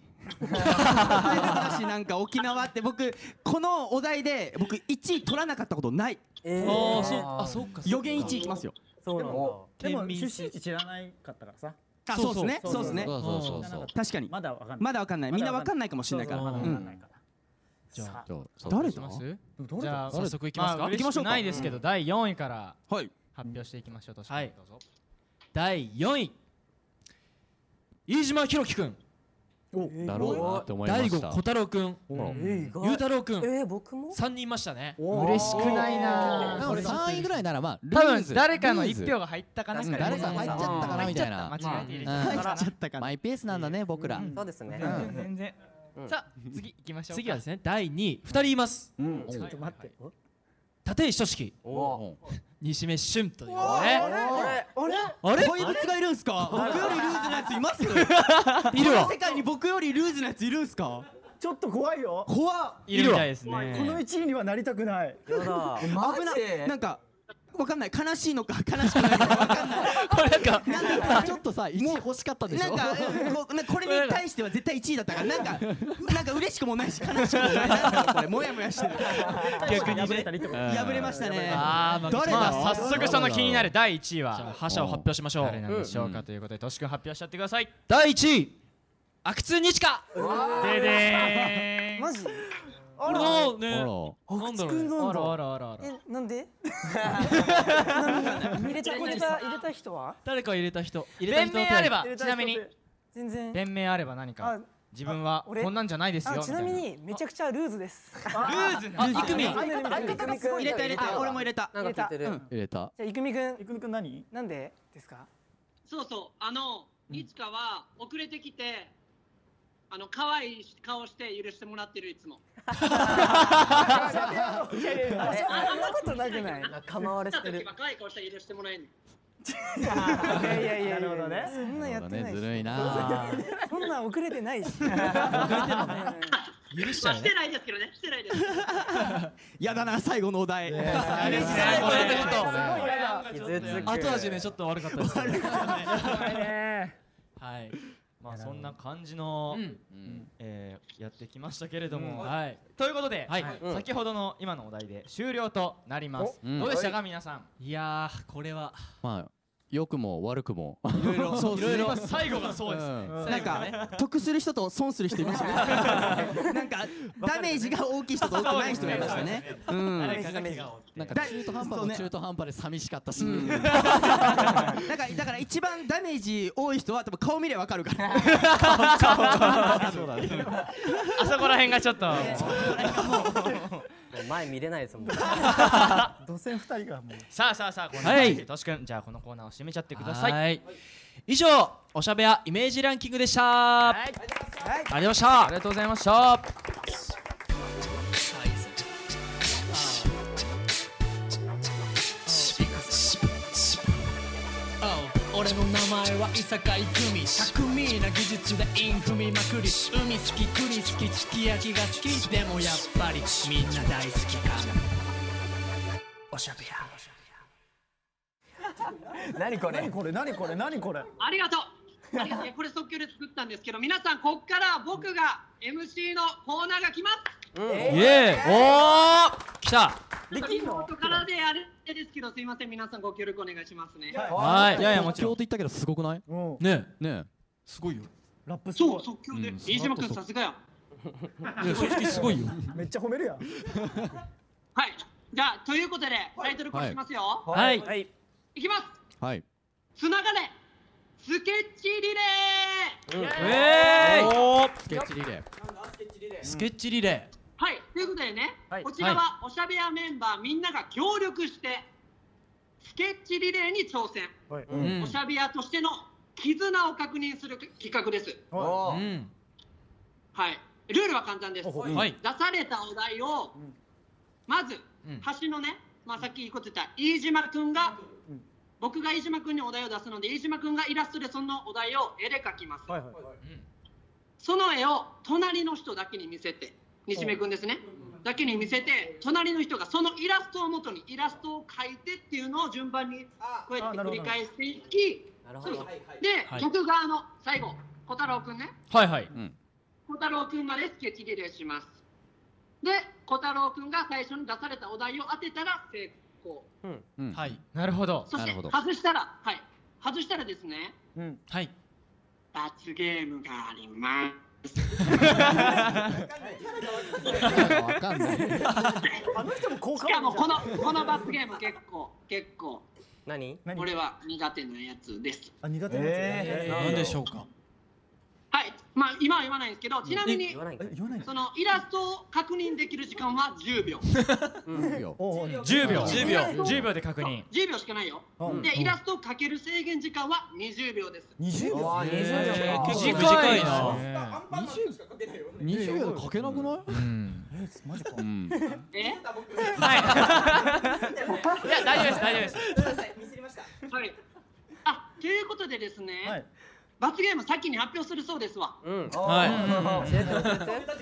なんか沖縄って僕このお題で僕1位取らなかったことない。 そうか。 予言1位いきますよ。 そうなんだ。でも出身地知らないかったからさ。 そうですね。そうですね。確かに。 まだわかんない。 まだわかんない。みんなわかんないかもしれないから。 じゃあ誰だ？ じゃあ早速いきますか。 行きましょうか。ないですけど第4位から発表していきましょう。 はい。第4位飯島ひろきくん。 だろうなって思いました。 大悟小太郎くん、ゆうたろうくん、 僕も 3人いましたね。 嬉しくないな。 3位ぐらいならまあ多分誰かの1票が入ったかな。 誰か入っちゃったかなみたいな。 間違えて入れちゃったかな。マイペースなんだね僕ら。 そうですね。 全然。さあ次行きましょう。 次はですね第2位2人います。 ちょっと待って。 立石俊樹、西目俊というね。 あれ？怪物がいるんすか？僕よりルーズなやついます？ いるわ。 世界に僕よりルーズなやついるんすか？ ちょっと怖いよ。 怖っ。 いるみたいですね。 この1位にはなりたくない。 危ない。なんかわかんない。悲しいのか悲しくないのかわかんない。 これなんかちょっとさ1位欲しかったでしょ。 なんかこれに対しては絶対1位だったからなんか嬉しくもないし悲しくもない。なんだろこれモヤモヤしてる。 逆に敗れましたね。 誰だ？早速その気になる第1位は覇者を発表しましょう。 誰なんでしょうかということでとしくん発表しちゃってください。 第1位阿久津にちか。 ででーん。 マジ？ あらね。なんだろう。なんで？入れた人は？ 誰か入れた人。 弁明あればちなみに。 全然。 弁明あれば何か。自分はこんなんじゃないですよ。 ちなみにめちゃくちゃルーズです。 ルーズ。 いくみ。 入れた。俺も入れた。 入れた。 入れた。 じゃあいくみくん何？なんでですか？ そういちかは遅れてきて可愛い顔して許してもらってるいつも。 あんなことなくない？ 構われてる。 可愛い顔して許してもらえんの。 いやなるほどね。そんなやってない。 ずるいな。 そんな遅れてないし。 遅れてもね。許しちゃうね。 してないですけどね。してないです。 やだな最後のお題。 後味ねちょっと悪かったですね。はい。まあそんな感じのやってきましたけれども、ということで先ほどの今のお題で終了となります。どうでしたか皆さん？いやこれはまあ良くも悪くもいろいろ最後がそうですね。 なんか得する人と損する人いましたね。なんかダメージが大きい人と大きくない人がいましたね。 なんか中途半端の中途半端で寂しかったし。 だから一番ダメージ多い人は多分顔見ればわかるから。 そうだね。あそこら辺がちょっと。 前見れないですもん。 土線2人がもう。 さあこの感じでとしくんじゃあこのコーナーを締めちゃってください。 以上おしゃべやイメージランキングでした。ありがとうございました。 ありがとうございました。 俺の名前は伊坂郁美。巧みな技術でイン踏みまくり、海好き栗好きすき焼きが好き。でもやっぱりみんな大好きかなおしゃべや。 何これありがとう。これ即興で作ったんですけど、皆さんこっから僕が MC のコーナーが来ます。 イエーイ。おー来た。 できるのからであれですけど、すいません皆さんご協力お願いしますね。 はい。 いやもちろん。即興って言ったけどすごくない？ ねすごいよ。 ラップそう即興で。飯島君さすがや。 正直すごいよ。 めっちゃ褒めるやん。 はい。じゃあということでタイトルコールしますよ。 はい。 いきます。 はい。 つながれスケッチリレー。 スケッチリレー。 スケッチリレー。 はい、ということでね、こちらはおしゃべやメンバーみんなが協力してスケッチリレーに挑戦。おしゃべやとしての絆を確認する企画です。はい、ルールは簡単です。出されたお題をまず端のね、さっき言ってた飯島くんが僕が飯島くんにお題を出すので、飯島くんがイラストでそのお題を絵で描きます。その絵を隣の人だけに見せて、西目くんですね、だけに見せて、隣の人がそのイラストをもとにイラストを描いてっていうのを順番にこうやって繰り返していき、 なるほど。 で、曲が最後小太郎くんね。 はいはい。 小太郎くんまでスケッチリレーします。で、小太郎くんが最初に出されたお題を当てたら成功。 はい。なるほど。 そして外したら、外したらですね。 はい。 罰ゲームがあります。 わかんない。 あの人も効果しかもこの罰ゲーム結構。 何？ これは苦手なやつです。 あ、苦手なやつ。 なんでしょうか。 はい、まあ今は言わないんですけど、ちなみにそのイラストを確認できる時間は10秒。 10秒で確認。 10秒しかないよ。で、イラストを描ける制限時間は20秒です。 20秒。 結構短いな。 20秒で描けなくない？ マジか。 え？ はい。いや大丈夫です大丈夫です。 ミスりました。はい。あ、ということでですね。罰ゲーム先に発表するそうですわ。 はい。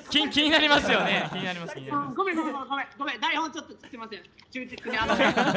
気になりますよね。気になります。 ごめん。台本ちょっとすみません。忠実に罰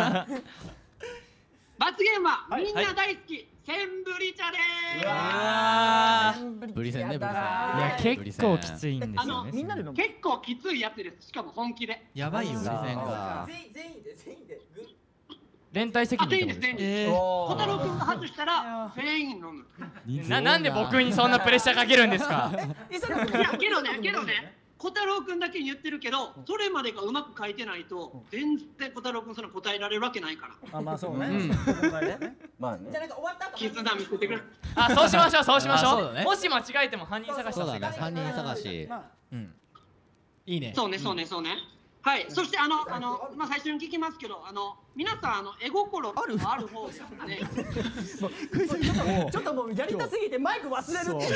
ゲームはみんな大好きセンブリ茶でーす。ブリセンね、ブリセン。いや結構きついんですよね。 みんなで結構きついやつです。しかも本気で。 やばいよ。ブリセンが。 全員で。 連帯責任ってことですか？ 小太郎くんが外したら全員飲む。 なんで僕にそんなプレッシャーかけるんですか？ けどね、小太郎くんだけに言ってるけど、それまでがうまく書いてないと全然小太郎くんその答えられるわけないから。 あ、まあそうね。 まあね。 じゃあなんか終わった後絆見せてくれ。 あ、そうしましょう。もし間違えても犯人探し。 そうだね、犯人探し。 いいね。 そうね。はい、そしてまあ最初に聞きますけど、皆さん絵心ある方ですかね。 ちょっともうやりたすぎてマイク忘れるっていう。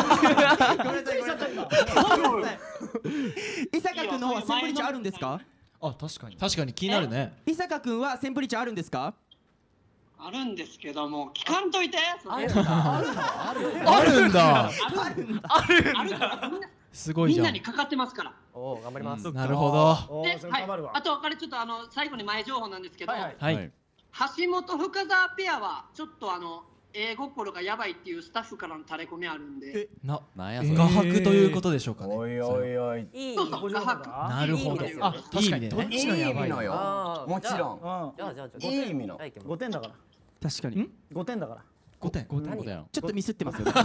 伊坂君の方はセンブリ茶あるんですか？ あ、 確かに気になるね。 伊坂君はセンブリ茶あるんですか？ あるんですけども、聞かんといて。 あるんだ。すごいじゃん。 みんなにかかってますから。 おお、頑張ります。 なるほど。 で、あとあれちょっと最後に前情報なんですけど、 はい。 橋本深澤ペアはちょっと絵心がやばいっていうスタッフからのタレコミあるんで。 なんやそれ。 画伯ということでしょうかね。 おい。 そう画伯。 なるほど。あ、確かにどっちのやばいのよ。もちろん。 じゃあいい意味の。 5点だから。 確かに。 5点だから。 5点。ちょっとミスってますよね。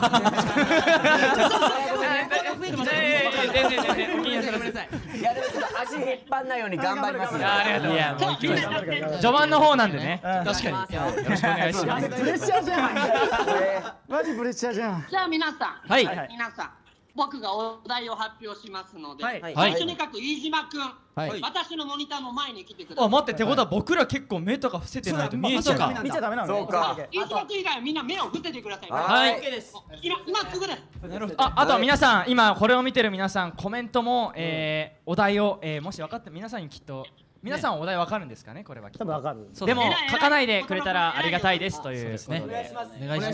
いやでもちょっと足引っ張んないように頑張りますよ。 ありがとう。いやもう序盤の方なんでね。確かに。よろしくお願いします。 プレッシャーじゃん。マジプレッシャーじゃん。 じゃあ皆さん。 はい。 皆さん。僕がお題を発表しますので、 はい最初に書く飯島くん、 はい、 私のモニターの前に来てください。 あ、待って、ってことは僕ら結構目とか伏せてないと見えちゃうか。 見ちゃダメなの。 そうか。 飯島くん以外はみんな目を伏せてください。 はい。 今すぐです。 あとは皆さん、今これを見てる皆さん、コメントもお題をもし分かって皆さんにきっと。皆さんお題わかるんですかね、これは。 多分わかる。 でも書かないでくれたらありがたいですというですね。 お願いします。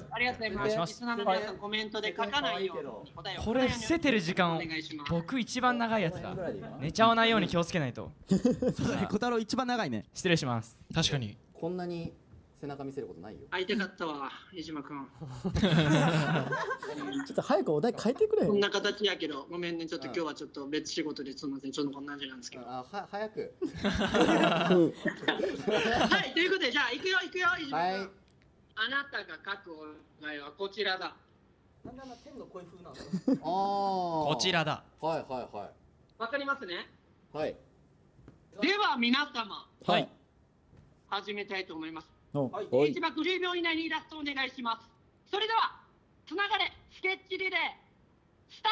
ありがとうございます。リスナーの皆さんコメントで書かないように答えを。 これ伏せてる時間僕一番長いやつだ。寝ちゃわないように気をつけないと。 小太郎一番長いね。 失礼します。 確かに。 こんなに背中見せることないよ。 会いたかったわ、飯島くん。 ちょっと早くお題変えてくれ。 こんな形やけど、ごめんね、ちょっと今日はちょっと別仕事ですみません、ちょっとこんな感じなんですけど。 早く。 はい、ということで、じゃあ行くよ、飯島くん。あなたが書くお題はこちらだ。 なんで天の声風なの？ こちらだ。 はい。 わかりますね。 はい。 では皆様。 はい。 始めたいと思います。 はい 1幕10秒以内にイラストお願いします。それではつながれスケッチリレースタ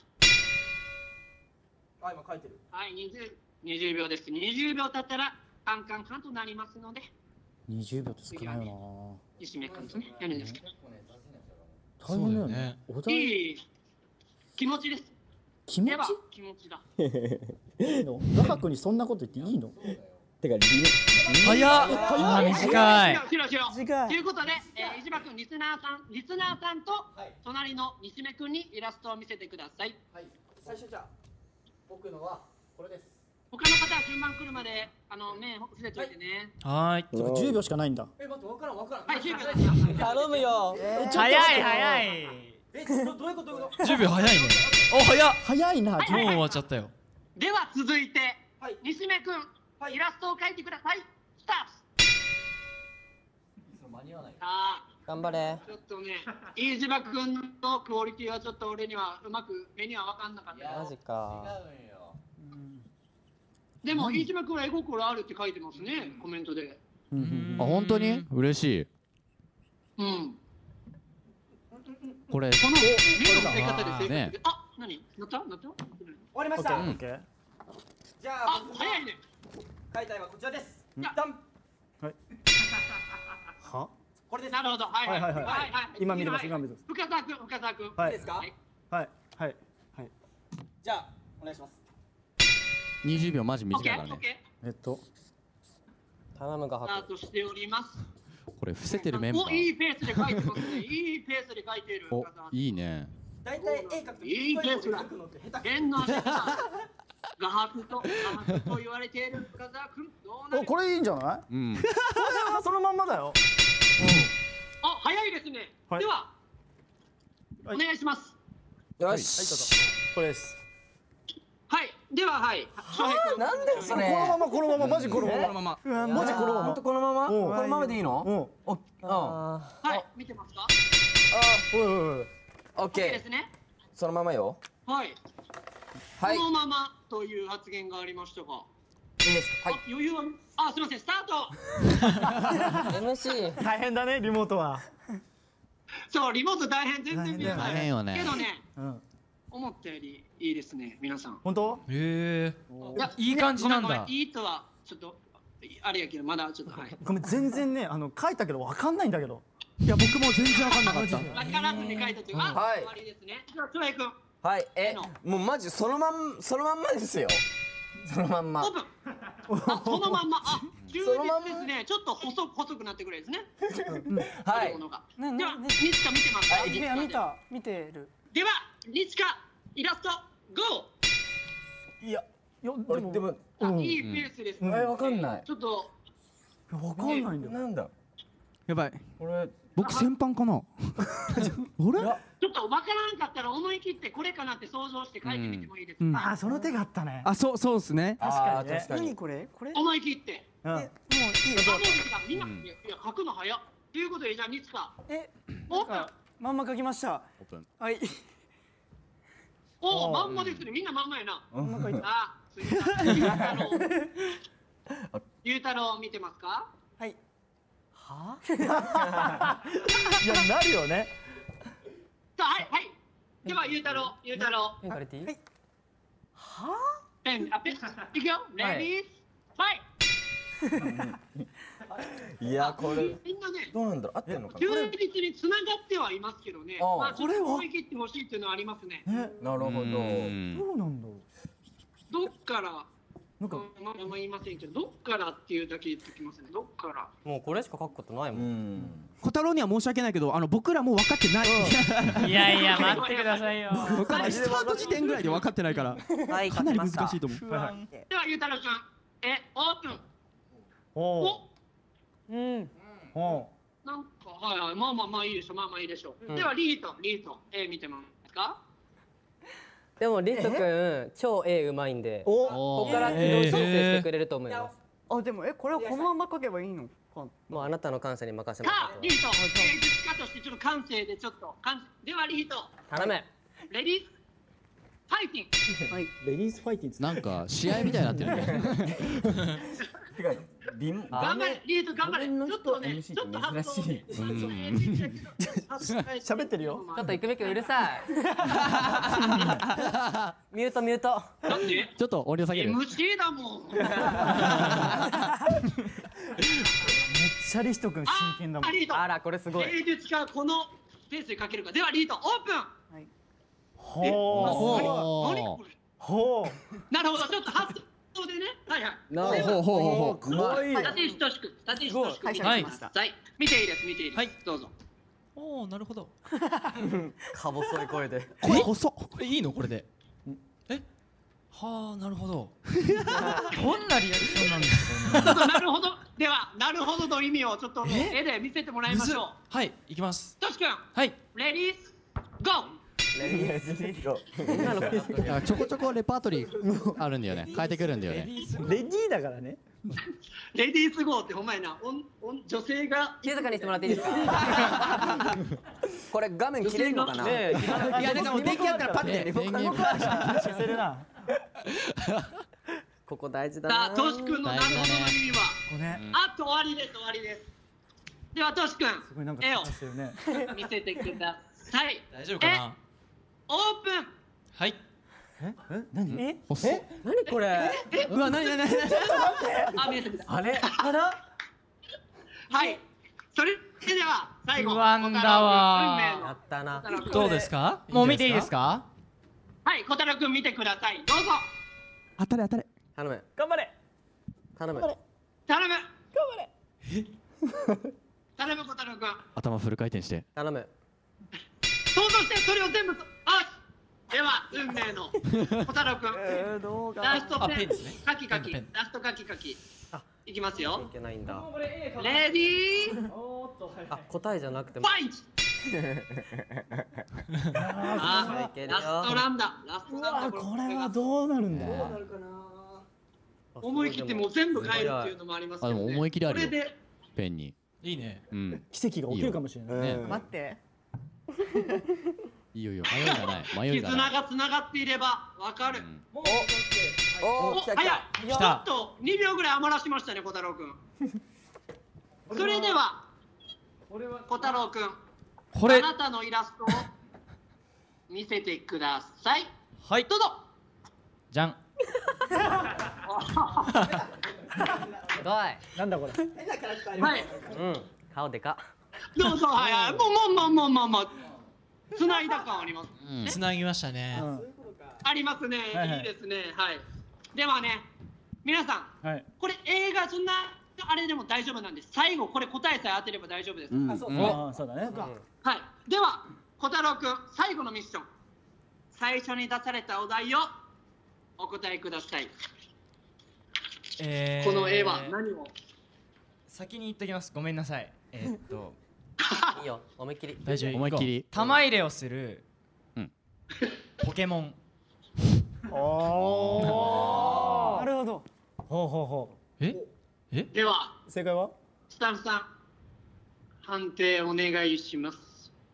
ート。 あ、今書いてる。 はい、20秒です。20秒経ったらカンカンカンとなりますので。 20秒って少ないよな。 石目君とねやるんですけど。 大変だよね。 いい気持ちです。 気持ち？ では気持ちだ。 いいの？画伯にそんなこと言っていいの？ てか早っ。短い。 ということで、飯島君リスナーさんと隣の西目君にイラストを見せてください。 はい。最初じゃあ僕のはこれです。 他の方は順番来るまで目伏せといてね。 はい。 そうか10秒しかないんだ。 待ってわからん。 はい10秒です。 頼むよ。 早い早い。 どういうこと 10秒早いね。お早っ。 早いな。 もう終わっちゃったよ。 では続いて西目くんイラストを描いてください。スタート。 間に合わない。 さあ頑張れ。 ちょっとね飯島くんのクオリティはちょっと俺にはうまく目には分かんなかった。 マジか。 でも飯島くんは絵心あるって書いてますねコメントで。 あ、本当に嬉しい。 うん。 これこの目の付け方で正確で、 ね。 あ、何？なった？終わりました。 オッケー。 じゃあ早いね。 書いた絵はこちらです。 じゃダン。 は？ これです。なるほど。はいはいはい。 今見てます。今見てます。 深澤くん。 はい。 いいですか？ はいはいはい。 じゃあお願いします。 20秒マジ短いからね。 頼むがスタートしております。 これ伏せてるメンバお、 ー。 いいペースで書いてますね。いいペースで書いている。 お、いいね。 大体絵描くといいペースだ。変な画伯と言われている深澤くん。どうなる？ これいいんじゃない？ うん。 これはそのまんまだよ。 あ、早いですね。ではお願いします。 よし。 これです。 はい。でははい。 なんだよそれ。 このままマジこのまま。マジこのまま。 本当このまま？このままでいいの？ はい。見てますか？ オッケーですね。 そのままよ。 はい。このままという発言がありましたが。 いいですか？はい。 余裕は。あ、すみません。スタート。 MC 大変だねリモートは。 そうリモート大変全然見えない。 大変よね。 けどね。思ったよりいいですね皆さん。 本当？ へえ。いい感じなんだ。 いいとはちょっとあれやけどまだちょっとはい。 ごめん全然ね書いたけどわかんないんだけど。 いや僕も全然わかんなかった。 わからずに書いたというか。はい。終わりですね。じゃあ翔平君。 はい。もうマジそのまんまですよ。そのまんま。 オープン。そのまんま。あ、充実ですね。ちょっと細くなってくれですね。 はい。 ではニツカ見てますか？ いや見てる。 ではニツカイラストゴー。いやでもいいペースですね。 わかんない。 ちょっとわかんないんだよ。 なんだ。 やばい。 これ僕先般かな。あれ？ ちょっとわからんかったら思い切ってこれかなって想像して書いてみてもいいですか？ あ、その手があったね。 あ、そうですね。 確かにね。 何これ？ 思い切って。 もういいよ。 みんな、いや、書くの早っ。ということで、じゃあ、ニツカ。 オープン。まんま書きました。 オープン。 はい。 おお、まんまですね。みんなまんまやな。あ、ゆうたろう見てますか？ はい。は？ いや、なるよね。 はい。では、ゆうたろう。 ペン借りていい？ は？ ペン、いくよ。レディー、ファイ。 いやこれみんなねどうなんだろう合ってるのかな。 忠実につながってはいますけどね。まあちょっと思い切ってほしいっていうのはありますね。 なるほど。どうなんだろう。 どっからまあ言いませんけど、どっからっていうだけ言ってきますね。どっから。 もうこれしか書くことないもん。 小太郎には申し訳ないけど、僕らもう分かってない。 いやいや待ってくださいよ。 分かんない。スタート時点ぐらいで分かってないから。かなり難しいと思う。 ではゆうたろうくん、オープン。 お。 なんかはいまあいいでしょいいでしょう。ではリート見てますか？ でもリートくん超うまいんで、ここから軌道修正してくれると思います。 あでもこれをこのまま書けばいいのか。 もうあなたの感性に任せます。 さあリート芸術家としてちょっと感性でちょっとではリート頼む。 レディーファイティング。 はい。レディースファイティング。 なんか試合みたいになってるね。 頑張れリート頑張れ。ちょっとねちょっと発想で。 喋ってるよ。 ちょっといくべきうるさい。ミュート。 なんで？ ちょっと音量下げる。 MC だもん。 めっちゃリヒト君真剣だもん。 あらこれすごい。 芸術家このペースで書けるか。ではリートオープン。 ほう。 なるほどちょっと発想でね。はいはい。 ほう。 スタティストしくはい見ていいです。はいどうぞ。 おおなるほど。 か細い声で。 声細っ。いいのこれで。 はあ、なるほど。 どんなリアクションなんですか。 ちょっとなるほどではなるほどの意味をちょっと絵で見せてもらいましょう。 はい行きます。 としくん、 はいレディーゴー。ちょこちょこレパートリーあるんだよね。変えてくるんだよね。 レディーだからね。 レディースゴーってほんまやな。女性が静かにしてもらっていいですか。 これ画面切れるのかな。 いやだからもう出来上がったらパッてね。僕は消せるな。 ここ大事ださあな。 としくんのなるほどの意味はあと終わりです。終わりです。ではとしくん絵を見せてください。 大丈夫かな。 オープン。 はい。 何？ 何これ？ うわ何？ あ見えてきた。 あれ？ あら？はい。それでは最後。 不安だわ。 やったな。 どうですか。 もう見ていいですか。 はい、小太郎くん見てください。どうぞ。 当たれ当たれ。 頼む。 頑張れ。 頼む。 頼む。頼む小太郎くん。 頭フル回転して。 頼む。 想像してそれを全部。では運命の小太郎くん。ラストペン書き書き。ラスト書き書き。いきますよ。 いけないんだ。 レディー。 あ、答えじゃなくても。 ファイト。ラストランだ。ラストランだ。 これはどうなるんだ。 どうなるかな。思い切ってもう全部変えるっていうのもありますけどね。 思い切りあるよ。 これでペンに。 いいね。 奇跡が起きるかもしれない。 待って。 いいよいいよ。迷いがない。迷いがない。 絆がつながっていればわかる。 お、来た来た。 ちょっと2秒ぐらい余らしましたね、小太郎くん。それでは小太郎くん、あなたのイラストを見せてください。 はい。 どうぞ。 じゃん。 すごい。 なんだこれ。 はい。 顔でか。 どうぞ。はいはい。もう。つないだ感あります。 つなぎましたね。 ありますね。いいですね。はい。ではね、皆さん、これ映画そんなあれでも大丈夫なんです。最後これ答えさえ当てれば大丈夫です。 そうだね。 はい。では小太郎くん、最後のミッション。最初に出されたお題をお答えください。この絵は何を？ 先に言っときます。ごめんなさい。 いいよ、思いっきり。 大丈夫。 思いっきり。 玉入れをするポケモン。 おお。なるほど。ほうほうほう。 では正解は？ スタッフさん、判定お願いします。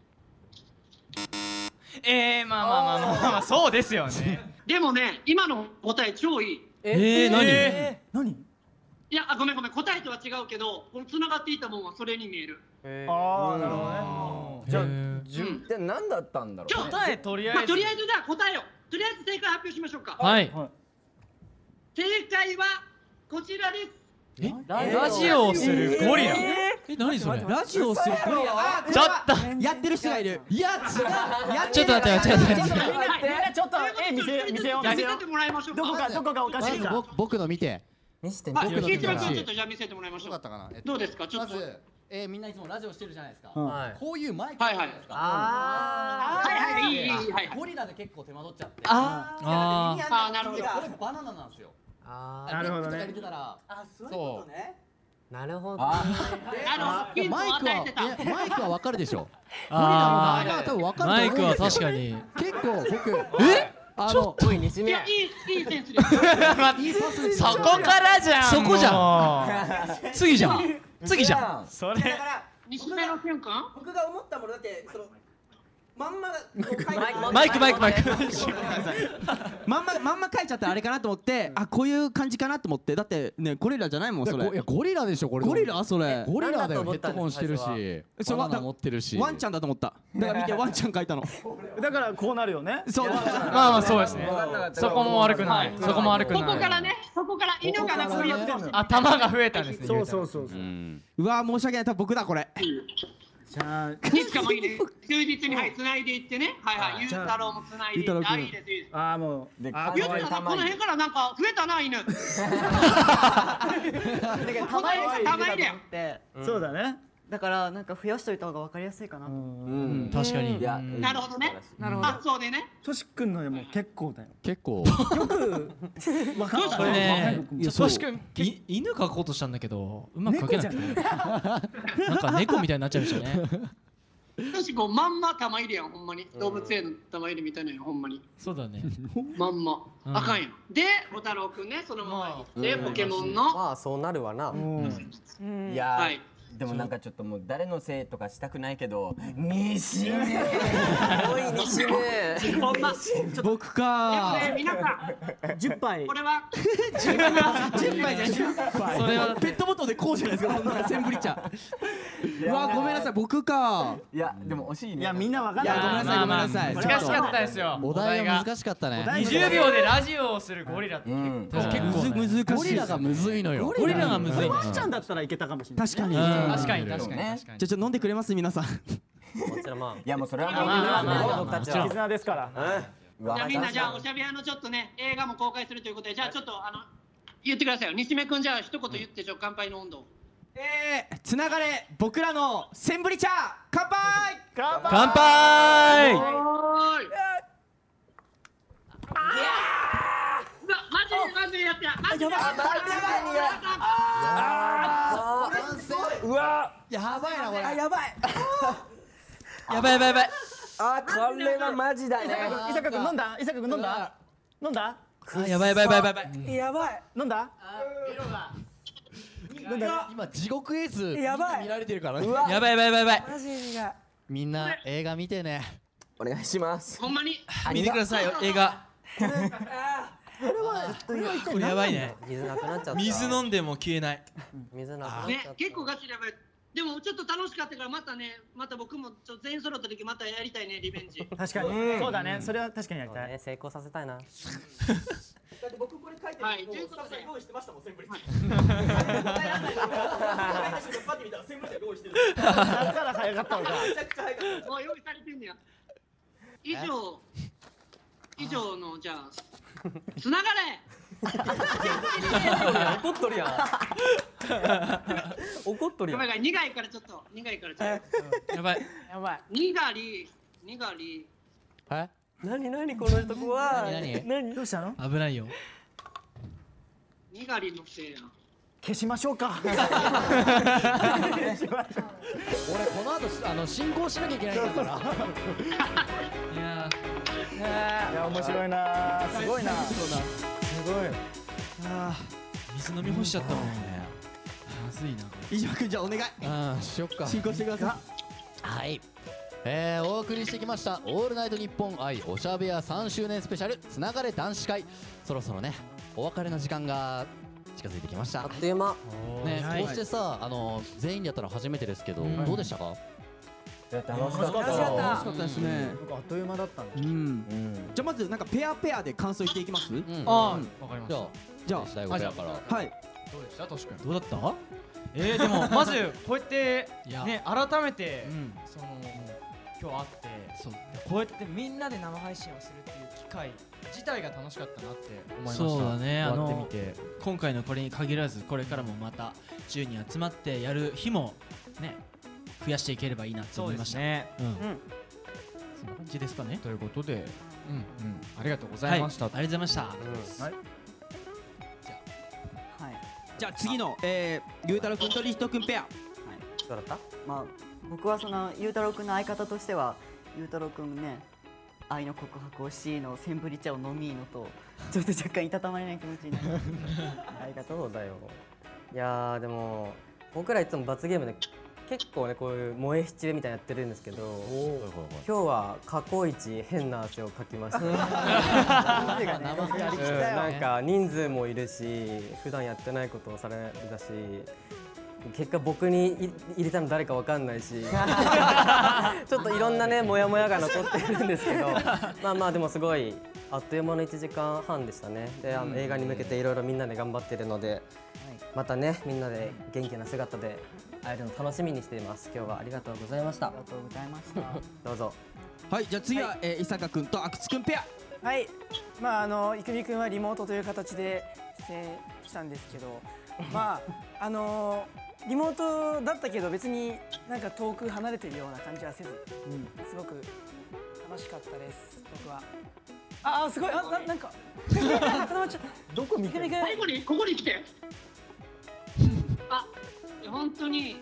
まあそうですよね。 でもね、今の答え超いい。 何？ いや、ごめん答えとは違うけど、この繋がっていたもんはそれに見える。 ああ、なるほどね。じゃあ何だったんだろう。 答えとりあえず。 とりあえずじゃあ答えを。とりあえず正解発表しましょうか。 はい。 正解はこちらです。 ラジオをするゴリラ。 何それ？ ラジオをするゴリラ。 ちょっとやってる人がいる。いや違う。 ちょっと待って。 ちょっと見せよう。 見せてもらいましょうか。 どこがおかしいか。 僕の見て。 見せて。 はい、聞いてます。ちょっとじゃあ見せてもらいましょう。どうですか？ちょっと。 まずみんないつもラジオしてるじゃないですか。こういうマイクじゃないですか。はいいいゴリラで結構手間取っちゃって。 なるほど。 これバナナなんですよ。 なるほどね。 そういうことね。 なるほど。 マイクはわかるでしょ。ゴリラは多分わかる。 マイクは確かに。 結構僕。 ちょっといいセンスです。 そこからじゃん。 そこじゃん。次じゃん。 それ。 西目の瞬間？ 僕が思ったものだってそのまんまマイクまんま書いちゃったらあれかなと思って、こういう感じかなと思って。だってね、ゴリラじゃないもんそれ。 いやゴリラでしょこれ。 ゴリラそれ。 ゴリラだよ。ヘッドホンしてるし、バナナ持ってるし。 ワンちゃんだと思った。だから見てワンちゃん書いたの。 だからこうなるよね。 そう。 まあそうですね。そこも悪くない。 そこからね、そこから犬が鳴くよって。 頭が増えたんですね。 そう。 うわ申し訳ない。多分僕だこれ。 じゃあいつかもいいね。忠実に繋いでいってね。はい。ゆうたろうも繋いでいって。いいです。 もう。 ゆうたろうこの辺からなんか増えたな犬。 そうだね。 だからなんか増やしといた方が分かりやすいかな。 確かに。 なるほどね。 なるほど。 あ、そうでね。 としくんのでも結構だよ。 結構。 よく分かった。 これね、としくん犬描こうとしたんだけどうまく描けなくて、なんか猫みたいになっちゃいましたね。 としくんまんま玉入れやん、ほんまに。動物園の玉入れみたいなやん、ほんまに。 そうだね。 まんま。あかんやん。で、小太郎くんね、そのまま行ってポケモンの。 まあそうなるわな。 いやでもなんかちょっともう誰のせいとかしたくないけど、西目おい西目ほんま僕か。 でもね、皆さん 10杯これは 10杯じゃ10杯。 それはペットボトルでこうじゃないですか。そんなセンブリ茶。うわごめんなさい、僕か。 いやでも惜しいね。 いやみんな分かんいやごめんなさいごめんなさい。 難しかったですよ。 お題が難しかったね。 20秒でラジオをするゴリラって結構難しい。 ゴリラがむずいのよ。 ゴリラがむずい。 ワンちゃんだったらいけたかもしれない。 確かに。 確かに確かに。 じゃあちょっと飲んでくれます皆さん。 こちらまあいやもうそれはまあ僕たちは絆ですから。 じゃあみんなじゃあおしゃべりのちょっとね映画も公開するということで、じゃあちょっと言ってくださいよ。西目くんじゃあ一言言って乾杯の温度。 つながれ僕らのセンブリ茶乾杯。 乾杯。 おーい。マジでやってや。マジでやうわやばいなこれ。 やばい。 やばいやばいやばい。 あこれはマジだね。 伊坂君飲んだ？伊坂君飲んだ？飲んだ？ やばいやばいやばいやばい。 やばい。 飲んだ？ 今地獄絵図やばい見られてるからね。 やばいやばいやばいやばい。 マジで苦い。 みんな映画見てね。 お願いします。 ほんまに見てくださいよ映画。これやばいね。 水なくなっちゃった。 水飲んでも消えない。 水なくなっちゃった。 ね、結構ガチでやばい。でもちょっと楽しかったからまたね、また僕もちょっと全員揃った時またやりたいね、リベンジ。 確かに。そうだね。それは確かにやりたい。 成功させたいな。 だって僕これ書いてはいるのスタッフさん用意してましたもん、センブリ茶。パッて見たらセンブリ茶用意してる。 だから早かったのか。 めちゃくちゃ早かった。 もう用意されてんねや。以上のじゃあつながれ。 怒っとるやん。怒っとるやん。 ごめん苦いからちょっとやばいやばい。 にがり。 え？ 何この人怖い。 何？どうしたの？ 危ないよ。 にがりのせいや。 消しましょうか。 俺この後進行しなきゃいけないんだから。 いや面白いな。すごいな。すごい。 水飲み干しちゃったもんね。まずいな。 飯島君じゃあお願い。 しよっか。 進行してください。はい。お送りしてきました「オールナイトニッポン愛おしゃべや3周年スペシャルつながれ男子会」そろそろねお別れの時間が近づいてきました。 あっという間ね、こうしてさ全員でやったら初めてですけどどうでしたか？ 楽しかった。 楽しかったですね。 あっという間だったんだ。 じゃあまずなんかペアで感想言っていきます？ ああ、わかりました。 じゃあ大悟ペアから。 はい。 どうでしたとしくん？どうだった？でもまずこうやってね改めてその今日会ってこうやってみんなで生配信をするっていう機会自体が楽しかったなって思いました。そうだね。 終わってみて今回のこれに限らずこれからもまた10人集まってやる日もね増やしていければいいなって思いましたね。そんな感じですかね。 ということでありがとうございました。 ありがとうございました。 じゃあ次のゆうたろうくんとりひとくんペア。 どうだった？ まあ僕はそのゆうたろうくんの相方としてはゆうたろうくんね愛の告白をしのセンブリ茶を飲みのとちょっと若干いたたまれない気持ちになります。 ありがとうだよ。いやーでも僕らいつも罰ゲームで結構ねこういう萌え七みたいなやってるんですけど今日は過去一変な汗をかきました。なんか人数もいるし普段やってないことをされだし結果僕に入れたの誰かわかんないしちょっといろんなねモヤモヤが残ってるんですけどまあでもすごいあっという間の1時間半でしたね。で映画に向けていろいろみんなで頑張っているのでまたねみんなで元気な姿で会えるの楽しみにしています。今日はありがとうございました。 ありがとうございました。 どうぞ。 はい、じゃあ次は伊坂くんと阿久津くんペア。 はい、まあいくみくんはリモートという形で出演したんですけど、まあリモートだったけど別になんか遠く離れてるような感じはせず、すごく楽しかったです僕は。すごいなんかどこ見てる？ 最後にここに来て。本当に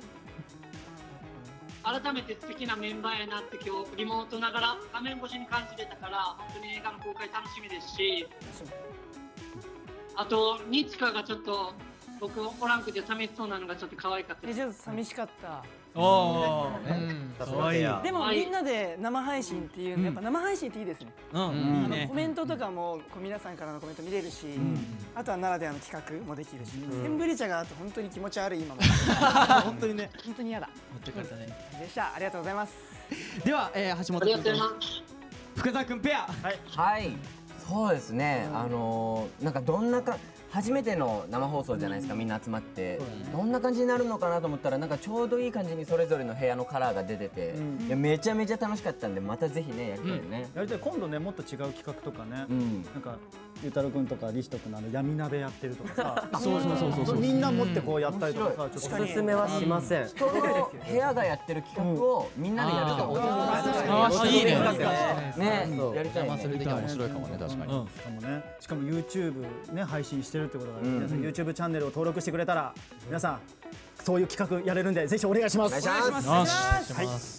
改めて素敵なメンバーやなって今日リモートながら画面越しに感じれたから本当に映画の公開楽しみですし、あとニチカがちょっと僕おらんくて寂しそうなのがちょっと可愛かったです。 ちょっと寂しかった。 可愛い。 でもみんなで生配信っていうのやっぱ生配信っていいですね。コメントとかも皆さんからのコメント見れるし、あとはならではの企画もできるし、センブリ茶があと本当に気持ち悪い今も。 本当にね。 本当に嫌だ。 持ってかれたね。 でした。ありがとうございます。 では橋本君と深澤君ペア。 はい。そうですね。なんかどんなか。初めての生放送じゃないですか、みんな集まってどんな感じになるのかなと思ったらなんかちょうどいい感じにそれぞれの部屋のカラーが出てて、いやめちゃめちゃ楽しかったんでまたぜひねやりたいよね。 やりたい。今度ねもっと違う企画とかね、なんかゆうたろうくんとかりひとくんの闇鍋やってるとかさ、そうみんな持ってこうやったりとかさ、ちょっとおすすめはしません。 人の部屋がやってる企画をみんなでやるとおすすめ。 いいね。 やりたいね。 それ的に面白いかもね、確かに。 しかも YouTube ね配信してるってことだから皆さん YouTube チャンネルを登録してくれたら皆さんそういう企画やれるんでぜひお願いします。 お願いします。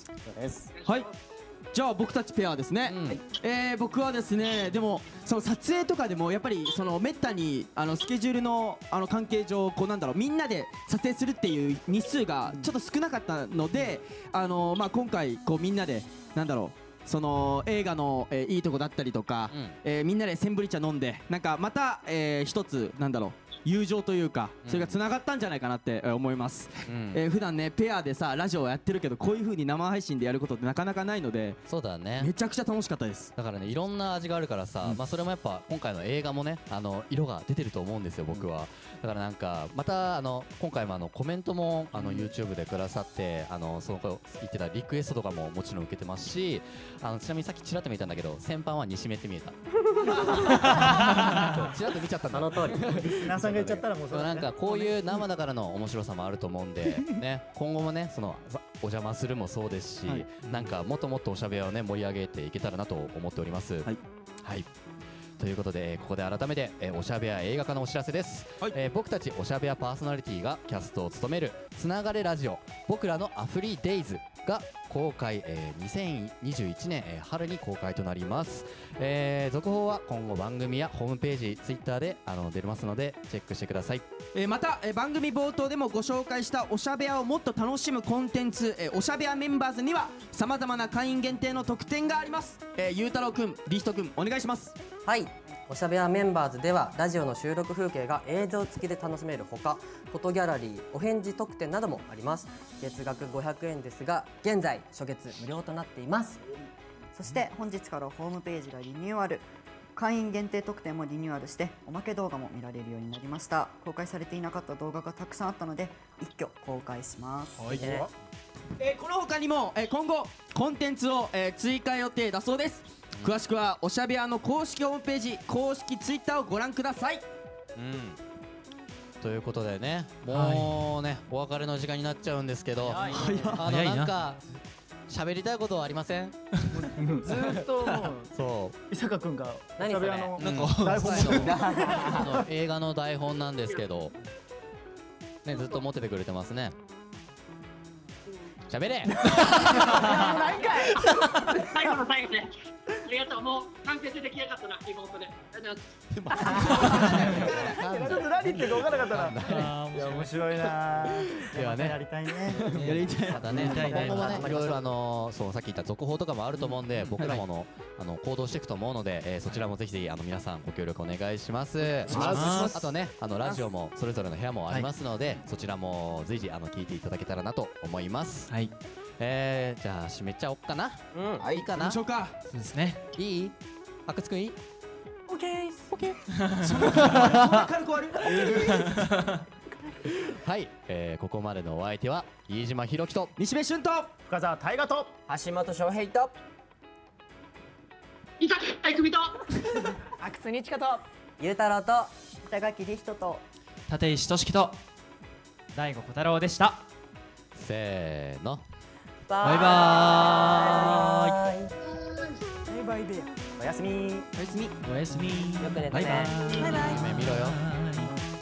はい。じゃあ僕たちペアですね。僕はですね、でもその撮影とかでもやっぱりそのめったにスケジュールの関係上こうなんだろうみんなで撮影するっていう日数がちょっと少なかったので、今回こうみんなでなんだろうその映画のいいとこだったりとか、みんなでセンブリ茶飲んでなんかまた一つなんだろう友情というかそれがつながったんじゃないかなって思います。普段ねペアでさラジオをやってるけどこういう風に生配信でやることってなかなかないので、 そうだね、 めちゃくちゃ楽しかったです。 だからねいろんな味があるからさ、それもやっぱ今回の映画もね色が出てると思うんですよ僕は。だからなんかまた今回もコメントもYouTube でくださってその言ってたリクエストとかももちろん受けてますし、ちなみにさっきちらっと見たんだけど先般は西目って見えた。ちらっと見ちゃったんだ。 その通り。 皆さんが言っちゃったらもうそうなんかこういう生だからの面白さもあると思うんでね、今後もねそのお邪魔するもそうですし、なんかもっともっとおしゃべりをね盛り上げていけたらなと思っております。はい。ということでここで改めておしゃべや映画化のお知らせです。僕たちおしゃべやパーソナリティがキャストを務めるつながれラジオ僕らのアフリデイズが公開、2021年、春に公開となります。続報は今後番組やホームページ、ツイッターで出ますのでチェックしてください。 また、番組冒頭でもご紹介したおしゃべやをもっと楽しむコンテンツ、おしゃべやメンバーズにはさまざまな会員限定の特典があります。ゆうたろうくん、りひとくんお願いします。 はい、おしゃべやメンバーズではラジオの収録風景が映像付きで楽しめるほか、フォトギャラリー、お返事特典などもあります。月額500円ですが現在初月無料となっています。 そして本日からホームページがリニューアル、会員限定特典もリニューアルしておまけ動画も見られるようになりました。公開されていなかった動画がたくさんあったので一挙公開します。 この他にも、今後コンテンツを、追加予定だそうです。詳しくはおしゃべやの公式ホームページ、公式ツイッターをご覧ください。 ということでね、もうね、お別れの時間になっちゃうんですけど、なんか喋りたいことはありません？ ずっともうそう伊坂くんが何それ台本映画の台本なんですけど、ねずっと持っててくれてますね。喋れ。 最後の最後でありがとう。もう完結できなかったなリモートで。 ちょっと何言ってるか分からなかったな。いや面白いな。 ではねやりたいね。 やりたい。 またね今後もねいろいろそうさっき言った続報とかもあると思うんで、僕らも行動していくと思うので、そちらもぜひぜひ皆さんご協力お願いします。あとねラジオもそれぞれの部屋もありますので、そちらも随時聞いていただけたらなと思います。 はい。 じゃあ締めちゃおっかな。いいかな。 そうか。 そうですね。 いい？阿久津くんいい？ オッケーす。 オッケー。そんな軽く終わる？ はい、ここまでのお相手は飯島ひろきと西部俊と深澤大河と橋本翔平と伊坂大久美と阿久津にちかとゆうたろうと板垣りひとと立石俊樹と大悟小太郎でした。 せーの、 バイババイバイベア。 おやすみ。 おやすみ。 よく寝てね。 バイバイ。 夢見ろよ。